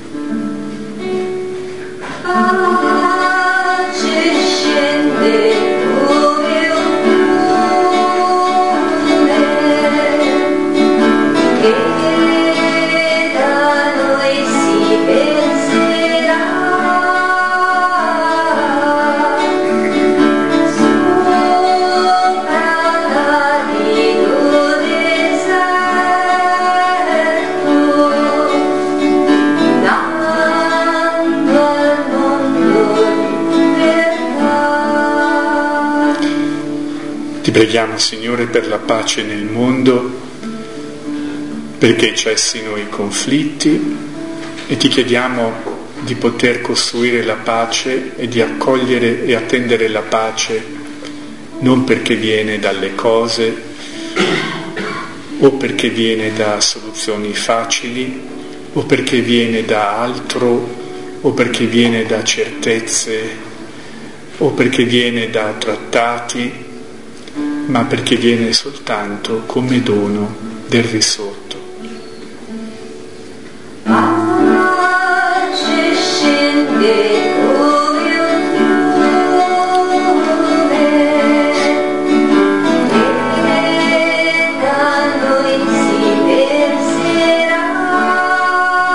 Ti preghiamo, Signore, per la pace nel mondo, perché cessino i conflitti, e ti chiediamo di poter costruire la pace e di accogliere e attendere la pace non perché viene dalle cose o perché viene da soluzioni facili o perché viene da altro o perché viene da certezze o perché viene da trattati, ma perché viene soltanto come dono del risorto. Pace scende come un fiume e da noi si verserà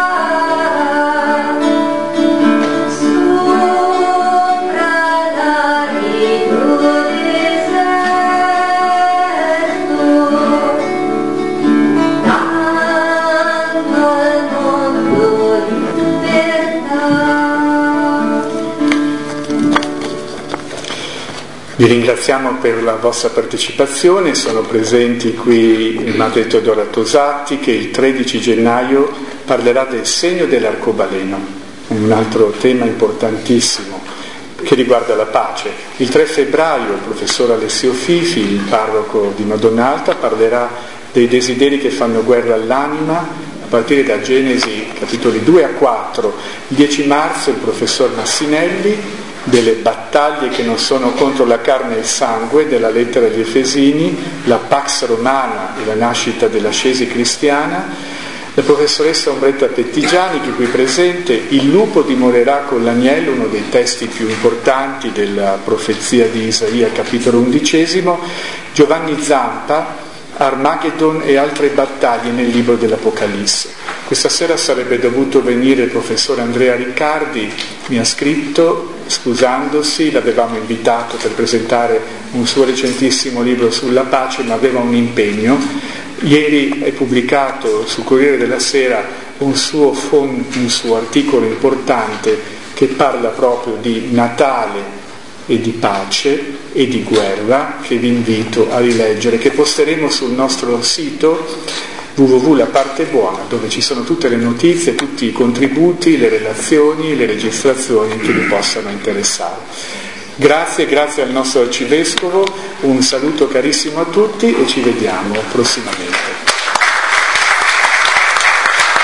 Vi ringraziamo per la vostra partecipazione, sono presenti qui il Madre Teodora Tosatti che il 13 gennaio parlerà del segno dell'arcobaleno, un altro tema importantissimo che riguarda la pace. Il 3 febbraio il professor Alessio Fifi, il parroco di Madonna Alta, parlerà dei desideri che fanno guerra all'anima a partire da Genesi capitoli 2 a 4. Il 10 marzo il professor Massinelli delle battaglie che non sono contro la carne e il sangue, della lettera agli Efesini, la Pax Romana e la nascita dell'ascesi cristiana. La professoressa Ombretta Pettigiani, che è qui presente, il lupo dimorerà con l'agnello, uno dei testi più importanti della profezia di Isaia, capitolo 11, Giovanni Zampa, Armageddon e altre battaglie nel libro dell'Apocalisse. Questa sera sarebbe dovuto venire il professore Andrea Riccardi, mi ha scritto scusandosi, l'avevamo invitato per presentare un suo recentissimo libro sulla pace, ma aveva un impegno. Ieri è pubblicato sul Corriere della Sera un suo articolo importante che parla proprio di Natale e di pace e di guerra, che vi invito a rileggere, che posteremo sul nostro sito www.lapartebuona, dove ci sono tutte le notizie, tutti i contributi, le relazioni, le registrazioni che vi possano interessare. Grazie al nostro Arcivescovo, un saluto carissimo a tutti e ci vediamo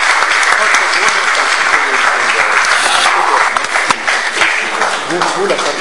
prossimamente.